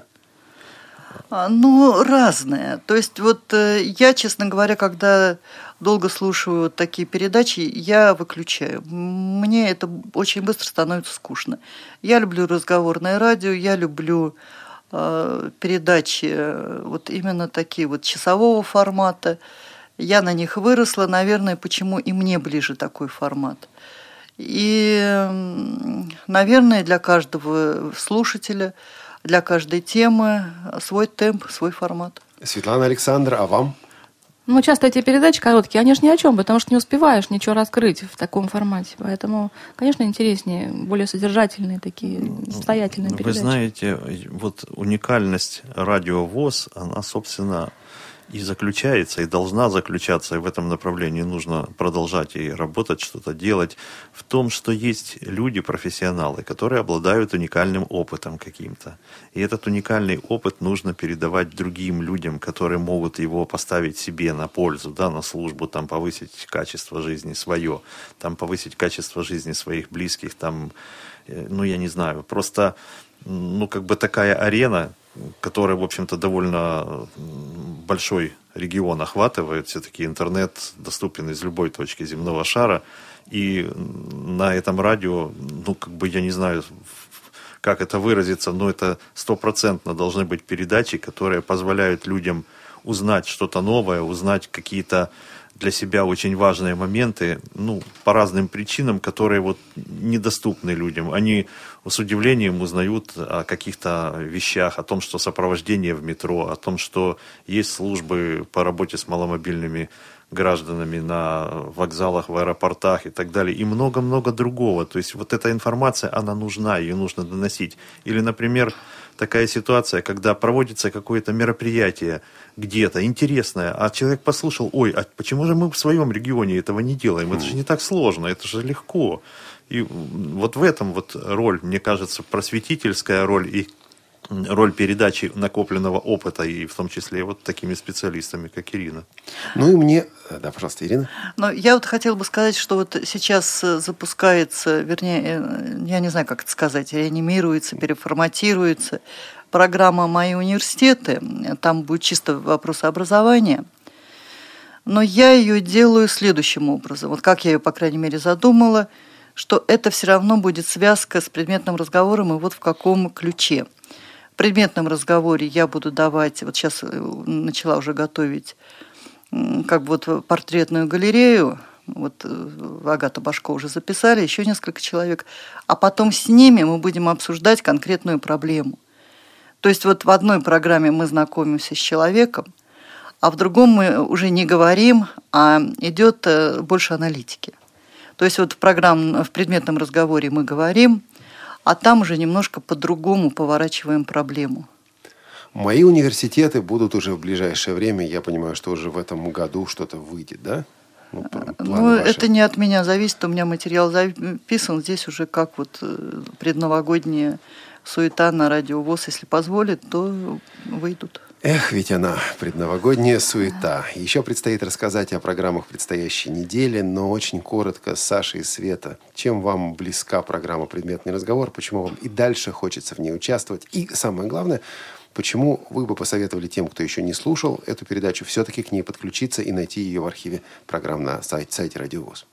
Разное. То есть вот я, честно говоря, когда долго слушаю такие передачи, я выключаю. Мне это очень быстро становится скучно. Я люблю разговорное радио, я люблю передачи вот именно такие вот часового формата. Я на них выросла, наверное, почему и мне ближе такой формат. И, наверное, для каждого слушателя, для каждой темы свой темп, свой формат.
Светлана, Александр, а вам?
Часто эти передачи короткие, они же ни о чем, потому что не успеваешь ничего раскрыть в таком формате. Поэтому, конечно, интереснее, более содержательные такие, обстоятельные передачи.
Вы знаете, вот уникальность радио ВОС, она, собственно, и заключается, и должна заключаться, и в этом направлении нужно продолжать и работать, что-то делать, в том, что есть люди, профессионалы, которые обладают уникальным опытом каким-то. И этот уникальный опыт нужно передавать другим людям, которые могут его поставить себе на пользу, на службу, повысить качество жизни свое, повысить качество жизни своих близких, я не знаю, просто, такая арена, которая, в общем-то, довольно большой регион охватывает. Все-таки интернет доступен из любой точки земного шара. И на этом радио, я не знаю, как это выразиться, но это 100% должны быть передачи, которые позволяют людям узнать что-то новое, узнать какие-то для себя очень важные моменты, по разным причинам, которые вот недоступны людям. Они с удивлением узнают о каких-то вещах, о том, что сопровождение в метро, о том, что есть службы по работе с маломобильными гражданами на вокзалах, в аэропортах и так далее, и много-много другого. То есть вот эта информация, она нужна, ее нужно доносить. Или, например, такая ситуация, когда проводится какое-то мероприятие где-то интересное, а человек послушал, а почему же мы в своем регионе этого не делаем? Это же не так сложно, это же легко. И вот в этом вот роль, мне кажется, просветительская роль и роль передачи накопленного опыта, и в том числе вот такими специалистами, как Ирина.
Ну и мне... Да, пожалуйста, Ирина.
Я вот хотела бы сказать, что вот сейчас запускается, вернее, я не знаю, как это сказать, реанимируется, переформатируется программа «Мои университеты». Там будет чисто вопрос образования. Но я ее делаю следующим образом. Вот как я ее, по крайней мере, задумала, что это все равно будет связка с предметным разговором, и вот в каком ключе. В предметном разговоре я буду давать, вот сейчас начала уже готовить, как бы вот портретную галерею, вот Агата Башко уже записали, еще несколько человек, а потом с ними мы будем обсуждать конкретную проблему. То есть вот в одной программе мы знакомимся с человеком, а в другом мы уже не говорим, а идет больше аналитики. То есть вот в предметном разговоре мы говорим, а там уже немножко по-другому поворачиваем проблему.
Мои университеты будут уже в ближайшее время. Я понимаю, что уже в этом году что-то выйдет, да?
Это не от меня зависит. У меня материал записан. Здесь уже как вот предновогодняя суета на Радио ВОС. Если позволит, то выйдут.
Эх, ведь она, предновогодняя суета. Еще предстоит рассказать о программах предстоящей недели, но очень коротко, Саша и Света, чем вам близка программа «Предметный разговор», почему вам и дальше хочется в ней участвовать, и самое главное, почему вы бы посоветовали тем, кто еще не слушал эту передачу, все-таки к ней подключиться и найти ее в архиве программ на сайте Радио ВОС.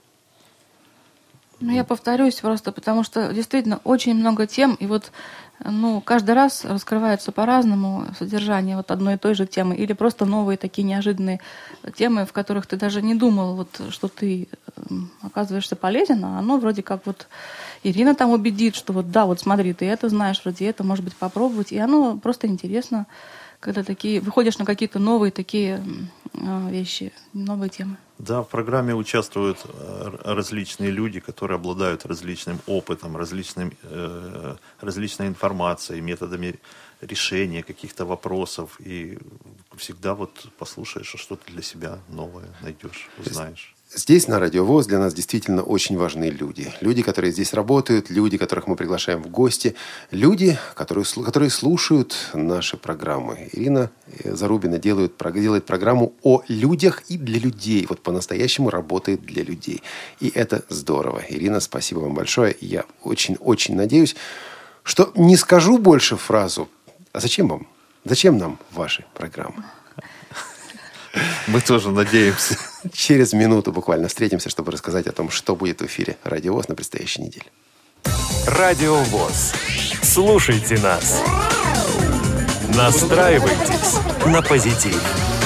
Я повторюсь просто, потому что действительно очень много тем, и вот каждый раз раскрывается по-разному содержание вот одной и той же темы, или просто новые такие неожиданные темы, в которых ты даже не думал, вот, что ты оказываешься полезен, а оно вроде как вот Ирина там убедит, что вот да, вот смотри, ты это знаешь, вроде это, может быть, попробовать, и оно просто интересно, когда выходишь на какие-то новые такие вещи, новые темы.
Да, в программе участвуют различные люди, которые обладают различным опытом, различной информацией, методами решения каких-то вопросов. И всегда вот послушаешь, что-то для себя новое найдешь, узнаешь.
Здесь, на Радио ВОС, для нас действительно очень важны люди. Люди, которые здесь работают, люди, которых мы приглашаем в гости, люди, которые слушают наши программы. Ирина Зарубина делает программу о людях и для людей. Вот по-настоящему работает для людей. И это здорово. Ирина, спасибо вам большое. Я очень-очень надеюсь, что не скажу больше фразу «А зачем вам? Зачем нам ваши программы?»
Мы тоже надеемся.
Через минуту буквально встретимся, чтобы рассказать о том, что будет в эфире Радио ВОС на предстоящей неделе.
Радио ВОС. Слушайте нас. Настраивайтесь на позитив.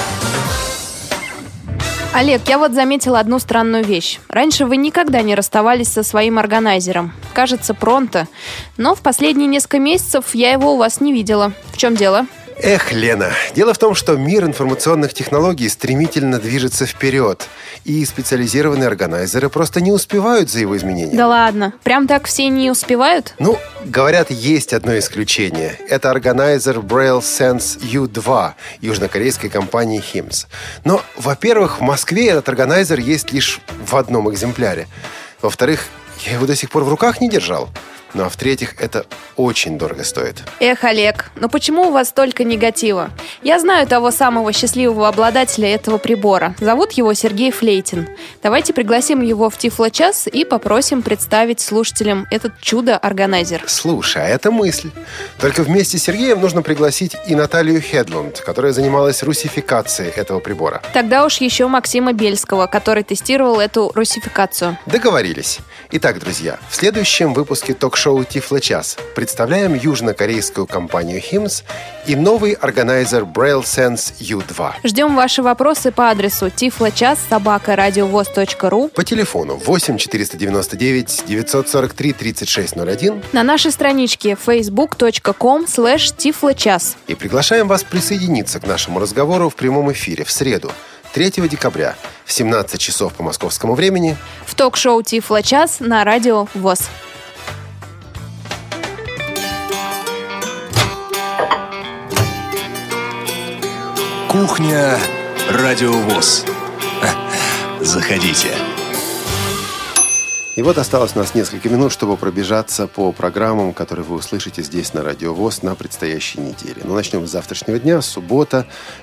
Олег, я вот заметила одну странную вещь. Раньше вы никогда не расставались со своим органайзером. Кажется, пронто. Но в последние несколько месяцев я его у вас не видела. В чем дело?
Эх, Лена, дело в том, что мир информационных технологий стремительно движется вперед, и специализированные органайзеры просто не успевают за его изменением.
Да ладно, прям так все не успевают?
Говорят, есть одно исключение. Это органайзер Braille Sense U2 южнокорейской компании HIMS. Но, во-первых, в Москве этот органайзер есть лишь в одном экземпляре. Во-вторых, я его до сих пор в руках не держал. Ну а в-третьих, это очень дорого стоит.
Эх, Олег, но почему у вас столько негатива? Я знаю того самого счастливого обладателя этого прибора. Зовут его Сергей Флейтин. Давайте пригласим его в Тифло-час и попросим представить слушателям этот чудо-органайзер.
Слушай, а это мысль. Только вместе с Сергеем нужно пригласить и Наталью Хедлунд, которая занималась русификацией этого прибора.
Тогда уж еще Максима Бельского, который тестировал эту русификацию.
Договорились. Итак, друзья, в следующем выпуске ток-шоу ток-шоу «Тифло-час» представляем южнокорейскую компанию HIMS и новый органайзер Braille Sense U2.
Ждем ваши вопросы по адресу tifloчас@радиовоз.ру,
по телефону 8 499 943 3601,
на нашей страничке facebook.com/tifloчас.
И приглашаем вас присоединиться к нашему разговору в прямом эфире в среду, 3 декабря, в 17 часов по московскому времени
в ток-шоу «Тифло-час» на Радио ВОС.
Кухня Радио ВОС. Заходите.
И вот осталось у нас несколько минут, чтобы пробежаться по программам, которые вы услышите здесь на Радио ВОС на предстоящей неделе. Но начнем с завтрашнего дня, суббота,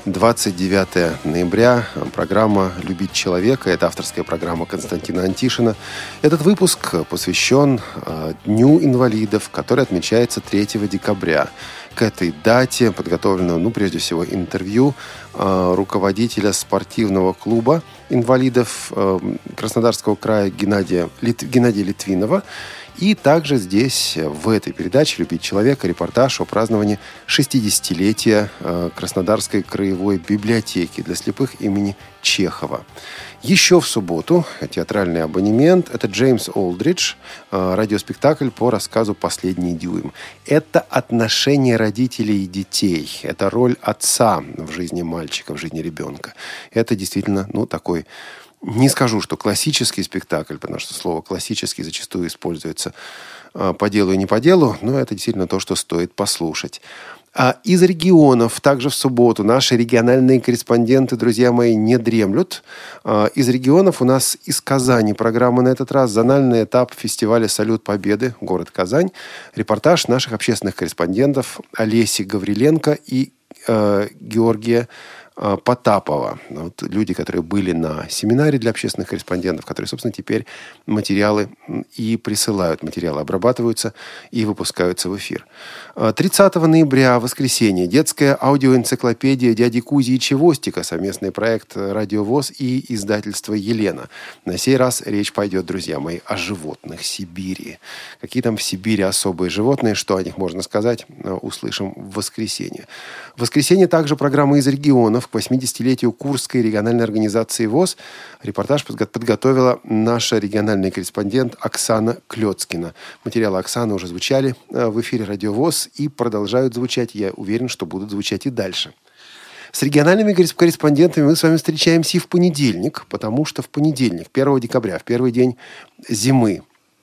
29 ноября. Программа «Любить человека». Это авторская программа Константина Антишина. Этот выпуск посвящен Дню инвалидов, который отмечается 3 декабря. К этой дате подготовлено, прежде всего, интервью руководителя спортивного клуба инвалидов Краснодарского края Геннадия Литвинова. И также здесь, в этой передаче «Любить человека», репортаж о праздновании 60-летия Краснодарской краевой библиотеки для слепых имени Чехова. Еще в субботу театральный абонемент. Это Джеймс Олдридж, радиоспектакль по рассказу «Последний дюйм». Это отношения родителей и детей. Это роль отца в жизни мальчика, в жизни ребенка. Это действительно, такой... Не скажу, что классический спектакль, потому что слово «классический» зачастую используется по делу и не по делу, но это действительно то, что стоит послушать. Из регионов также в субботу наши региональные корреспонденты, друзья мои, не дремлют. Из регионов у нас из Казани программа на этот раз. Зональный этап фестиваля «Салют Победы», город Казань. Репортаж наших общественных корреспондентов Олеси Гавриленко и Георгия Потапова. Люди, которые были на семинаре для общественных корреспондентов, которые, собственно, теперь материалы и присылают. Материалы обрабатываются и выпускаются в эфир. 30 ноября, воскресенье, детская аудиоэнциклопедия дяди Кузи и Чевостика, совместный проект «Радио ВОС» и издательство «Елена». На сей раз речь пойдет, друзья мои, о животных Сибири. Какие там в Сибири особые животные, что о них можно сказать, услышим в воскресенье. В воскресенье также программа из регионов. К 80-летию Курской региональной организации ВОС репортаж подготовила наша региональный корреспондент Оксана Клёцкина. Материалы Оксаны уже звучали в эфире Радио ВОС и продолжают звучать. Я уверен, что будут звучать и дальше. С региональными корреспондентами мы с вами встречаемся и в понедельник, потому что в понедельник, 1 декабря, в первый день зимы,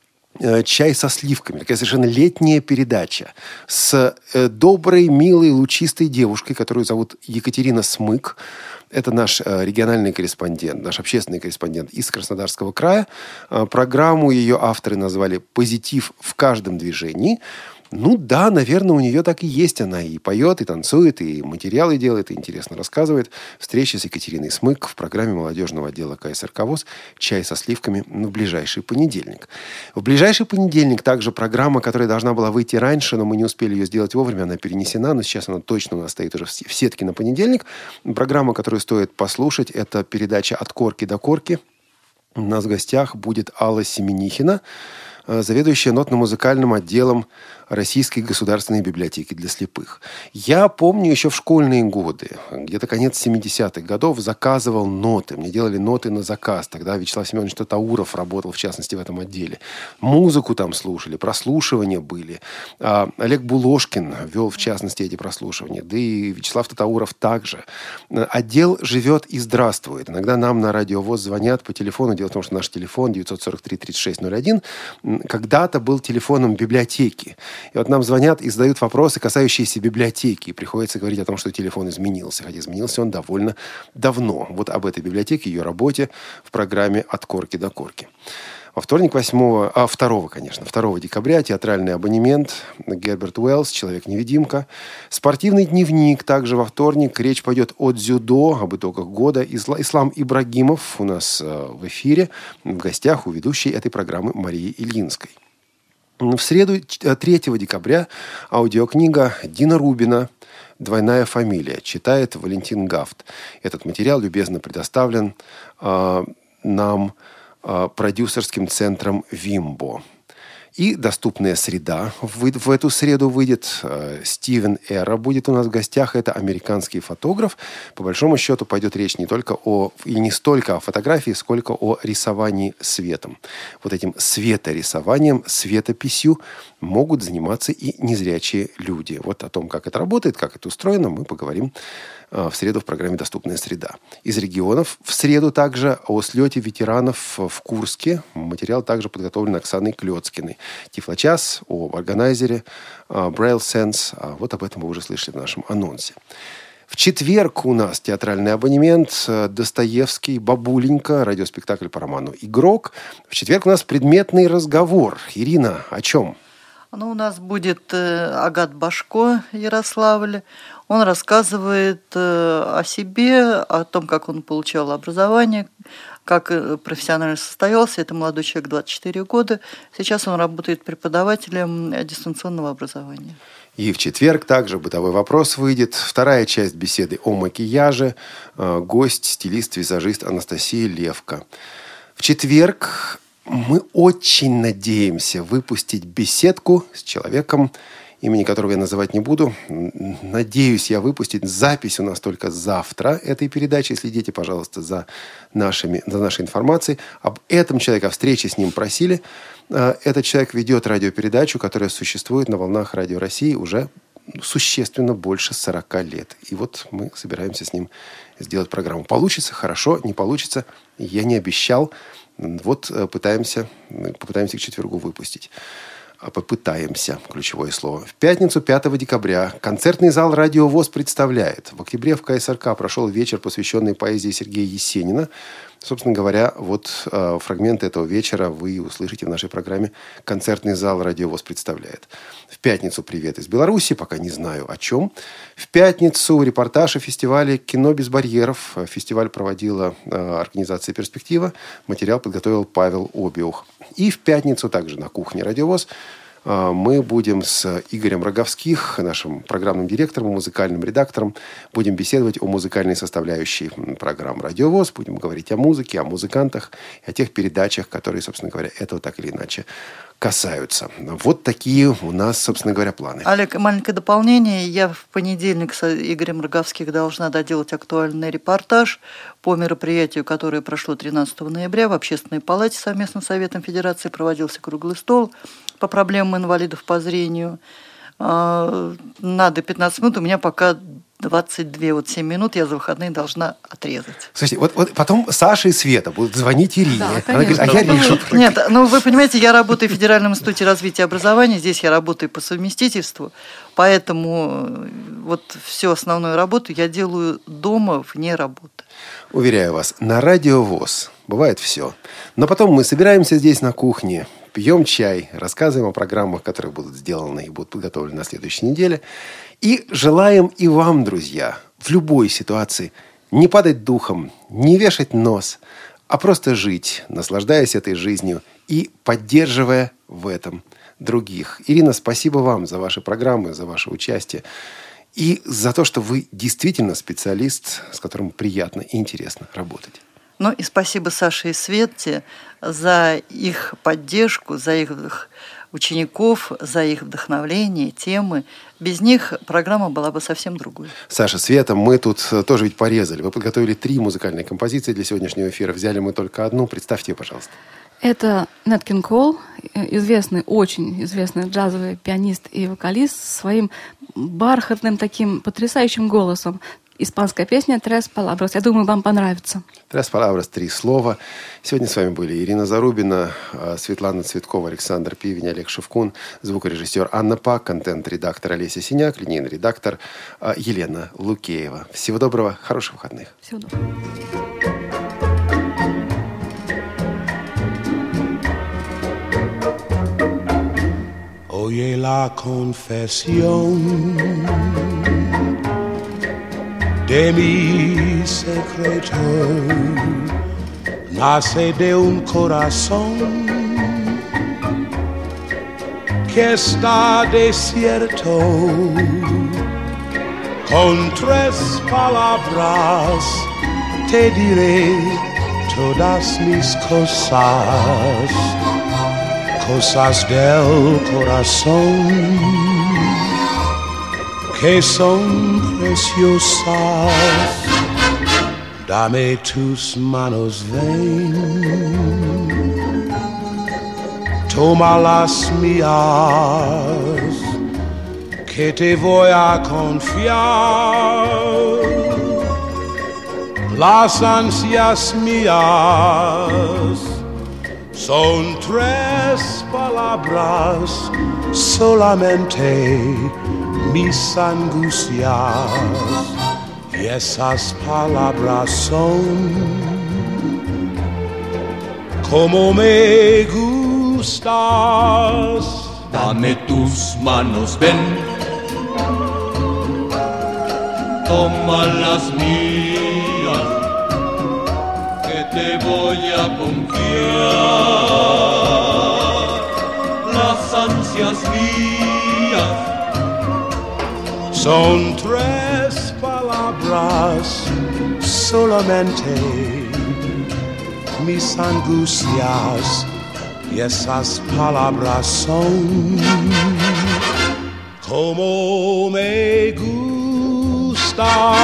«Чай со сливками». Такая совершенно летняя передача с доброй, милой, лучистой девушкой, которую зовут Екатерина Смык. Это наш региональный корреспондент, наш общественный корреспондент из Краснодарского края. Программу ее авторы назвали «Позитив в каждом движении». Да, наверное, у нее так и есть. Она и поет, и танцует, и материалы делает, и интересно рассказывает. Встреча с Екатериной Смык в программе молодежного отдела КСРК ВОС «Чай со сливками» в ближайший понедельник. В ближайший понедельник также программа, которая должна была выйти раньше, но мы не успели ее сделать вовремя, она перенесена, но сейчас она точно у нас стоит уже в сетке на понедельник. Программа, которую стоит послушать, это передача «От корки до корки». У нас в гостях будет Алла Семенихина, заведующая нотно-музыкальным отделом Российской государственной библиотеки для слепых. Я помню еще в школьные годы, где-то конец 70-х годов, заказывал ноты. Мне делали ноты на заказ. Тогда Вячеслав Семенович Татауров работал, в частности, в этом отделе. Музыку там слушали, прослушивания были. Олег Булошкин вел, в частности, эти прослушивания. Да и Вячеслав Татауров также. Отдел живет и здравствует. Иногда нам на Радио ВОС звонят по телефону. Дело в том, что наш телефон 943-3601 когда-то был телефоном библиотеки. И вот нам звонят и задают вопросы, касающиеся библиотеки. И приходится говорить о том, что телефон изменился. Хотя изменился он довольно давно. Вот об этой библиотеке, ее работе в программе «От корки до корки». Во вторник, 2 декабря, театральный абонемент, Герберт Уэллс, «Человек-невидимка». Спортивный дневник. Также во вторник речь пойдет о дзюдо, об итогах года. Ислам Ибрагимов у нас в эфире, в гостях у ведущей этой программы Марии Ильинской. В среду, 3 декабря, аудиокнига Дина Рубина «Двойная фамилия». Читает Валентин Гафт. Этот материал любезно предоставлен нам продюсерским центром «Вимбо». И «Доступная среда» в эту среду выйдет. Стивен Эра будет у нас в гостях. Это американский фотограф. По большому счету пойдет речь не столько о фотографии, сколько о рисовании светом. Вот этим светорисованием, светописью могут заниматься и незрячие люди. Вот о том, как это работает, как это устроено, мы поговорим в среду в программе «Доступная среда». Из регионов в среду также о слете ветеранов в Курске. Материал также подготовлен Оксаной Клёцкиной. Тифлочас о органайзере Braille Sense. Вот об этом вы уже слышали в нашем анонсе. В четверг у нас театральный абонемент Достоевский, «Бабуленька», радиоспектакль по роману «Игрок». В четверг у нас предметный разговор. Ирина, о чем?
У нас будет Агат Башко, Ярославль. Он рассказывает о себе, о том, как он получал образование, как профессионально состоялся. Это молодой человек, 24 года. Сейчас он работает преподавателем дистанционного образования.
И в четверг также «Бытовой вопрос» выйдет. Вторая часть беседы о макияже. Гость, стилист, визажист Анастасия Левко. В четверг мы очень надеемся выпустить беседку с человеком, имени которого я называть не буду. Надеюсь я выпустить. Запись у нас только завтра этой передачи. Следите, пожалуйста, за нашей информацией. Об этом человеке, о встрече с ним просили. Этот человек ведет радиопередачу, которая существует на волнах Радио России уже существенно больше 40 лет. И вот мы собираемся с ним сделать программу. Получится? Хорошо. Не получится? Я не обещал. Вот попытаемся к четвергу выпустить. Попытаемся, ключевое слово. В пятницу, 5 декабря, концертный зал «Радио ВОС» представляет. В октябре в КСРК прошел вечер, посвященный поэзии Сергея Есенина. Собственно говоря, вот фрагменты этого вечера вы услышите в нашей программе «Концертный зал «Радио ВОС» представляет». В пятницу привет из Беларуси, пока не знаю о чем. В пятницу репортаж о фестивале «Кино без барьеров». Фестиваль проводила организация «Перспектива». Материал подготовил Павел Обиух. И в пятницу также на кухне «Радио ВОС» мы будем с Игорем Роговских, нашим программным директором, музыкальным редактором, будем беседовать о музыкальной составляющей программ «Радио ВОС», будем говорить о музыке, о музыкантах, о тех передачах, которые, собственно говоря, этого так или иначе касаются. Вот такие у нас, собственно говоря, планы.
Олег, маленькое дополнение. Я в понедельник с Игорем Роговских должна доделать актуальный репортаж по мероприятию, которое прошло 13 ноября в Общественной палате совместно с Советом Федерации. Проводился круглый стол по проблемам инвалидов по зрению. Надо 15 минут, у меня пока 22, 7 минут я за выходные должна отрезать.
Слушайте, вот потом Саша и Света будут звонить Ирине.
Да,
она говорит, а я решу.
Нет, вы понимаете, я работаю в Федеральном институте развития образования, здесь я работаю по совместительству, поэтому вот всю основную работу я делаю дома, вне работы.
Уверяю вас, на Радио ВОС бывает все. Но потом мы собираемся здесь на кухне, пьем чай, рассказываем о программах, которые будут сделаны и будут подготовлены на следующей неделе. И желаем и вам, друзья, в любой ситуации не падать духом, не вешать нос, а просто жить, наслаждаясь этой жизнью и поддерживая в этом других. Ирина, спасибо вам за ваши программы, за ваше участие и за то, что вы действительно специалист, с которым приятно и интересно работать.
Ну и спасибо Саше и Свете за их поддержку, за их учеников, за их вдохновление, темы. Без них программа была бы совсем другой.
Саша, Света, мы тут тоже ведь порезали. Вы подготовили 3 музыкальные композиции для сегодняшнего эфира. Взяли мы только одну. Представьте ее, пожалуйста.
Это Нэт Кинг Кол, очень известный джазовый пианист и вокалист с своим бархатным таким потрясающим голосом. Испанская песня «Tres Palabras». Я думаю, вам понравится. «Tres
Palabras», 3 слова. Сегодня с вами были Ирина Зарубина, Светлана Цветкова, Александр Пивень, Олег Шевкун, звукорежиссер Анна Пак, контент-редактор Олеся Синяк, линейный редактор Елена Лукеева. Всего доброго, хороших выходных.
Всего доброго.
Oye la confesión de mi secreto, nace de un corazón que está desierto. Con 3 palabras te diré todas mis cosas. cosas del corazón que son preciosas. Dame tus manos, ven, toma las mías, que te voy a confiar. Las ansias mías son tres palabras solamente, mis angustias, y esas palabras son como me gustas.
Dame tus manos, ven, toma las mías, que te voy a confiar. Las ansias mías
son tres palabras solamente, mis angustias, y esas palabras son como me gustas.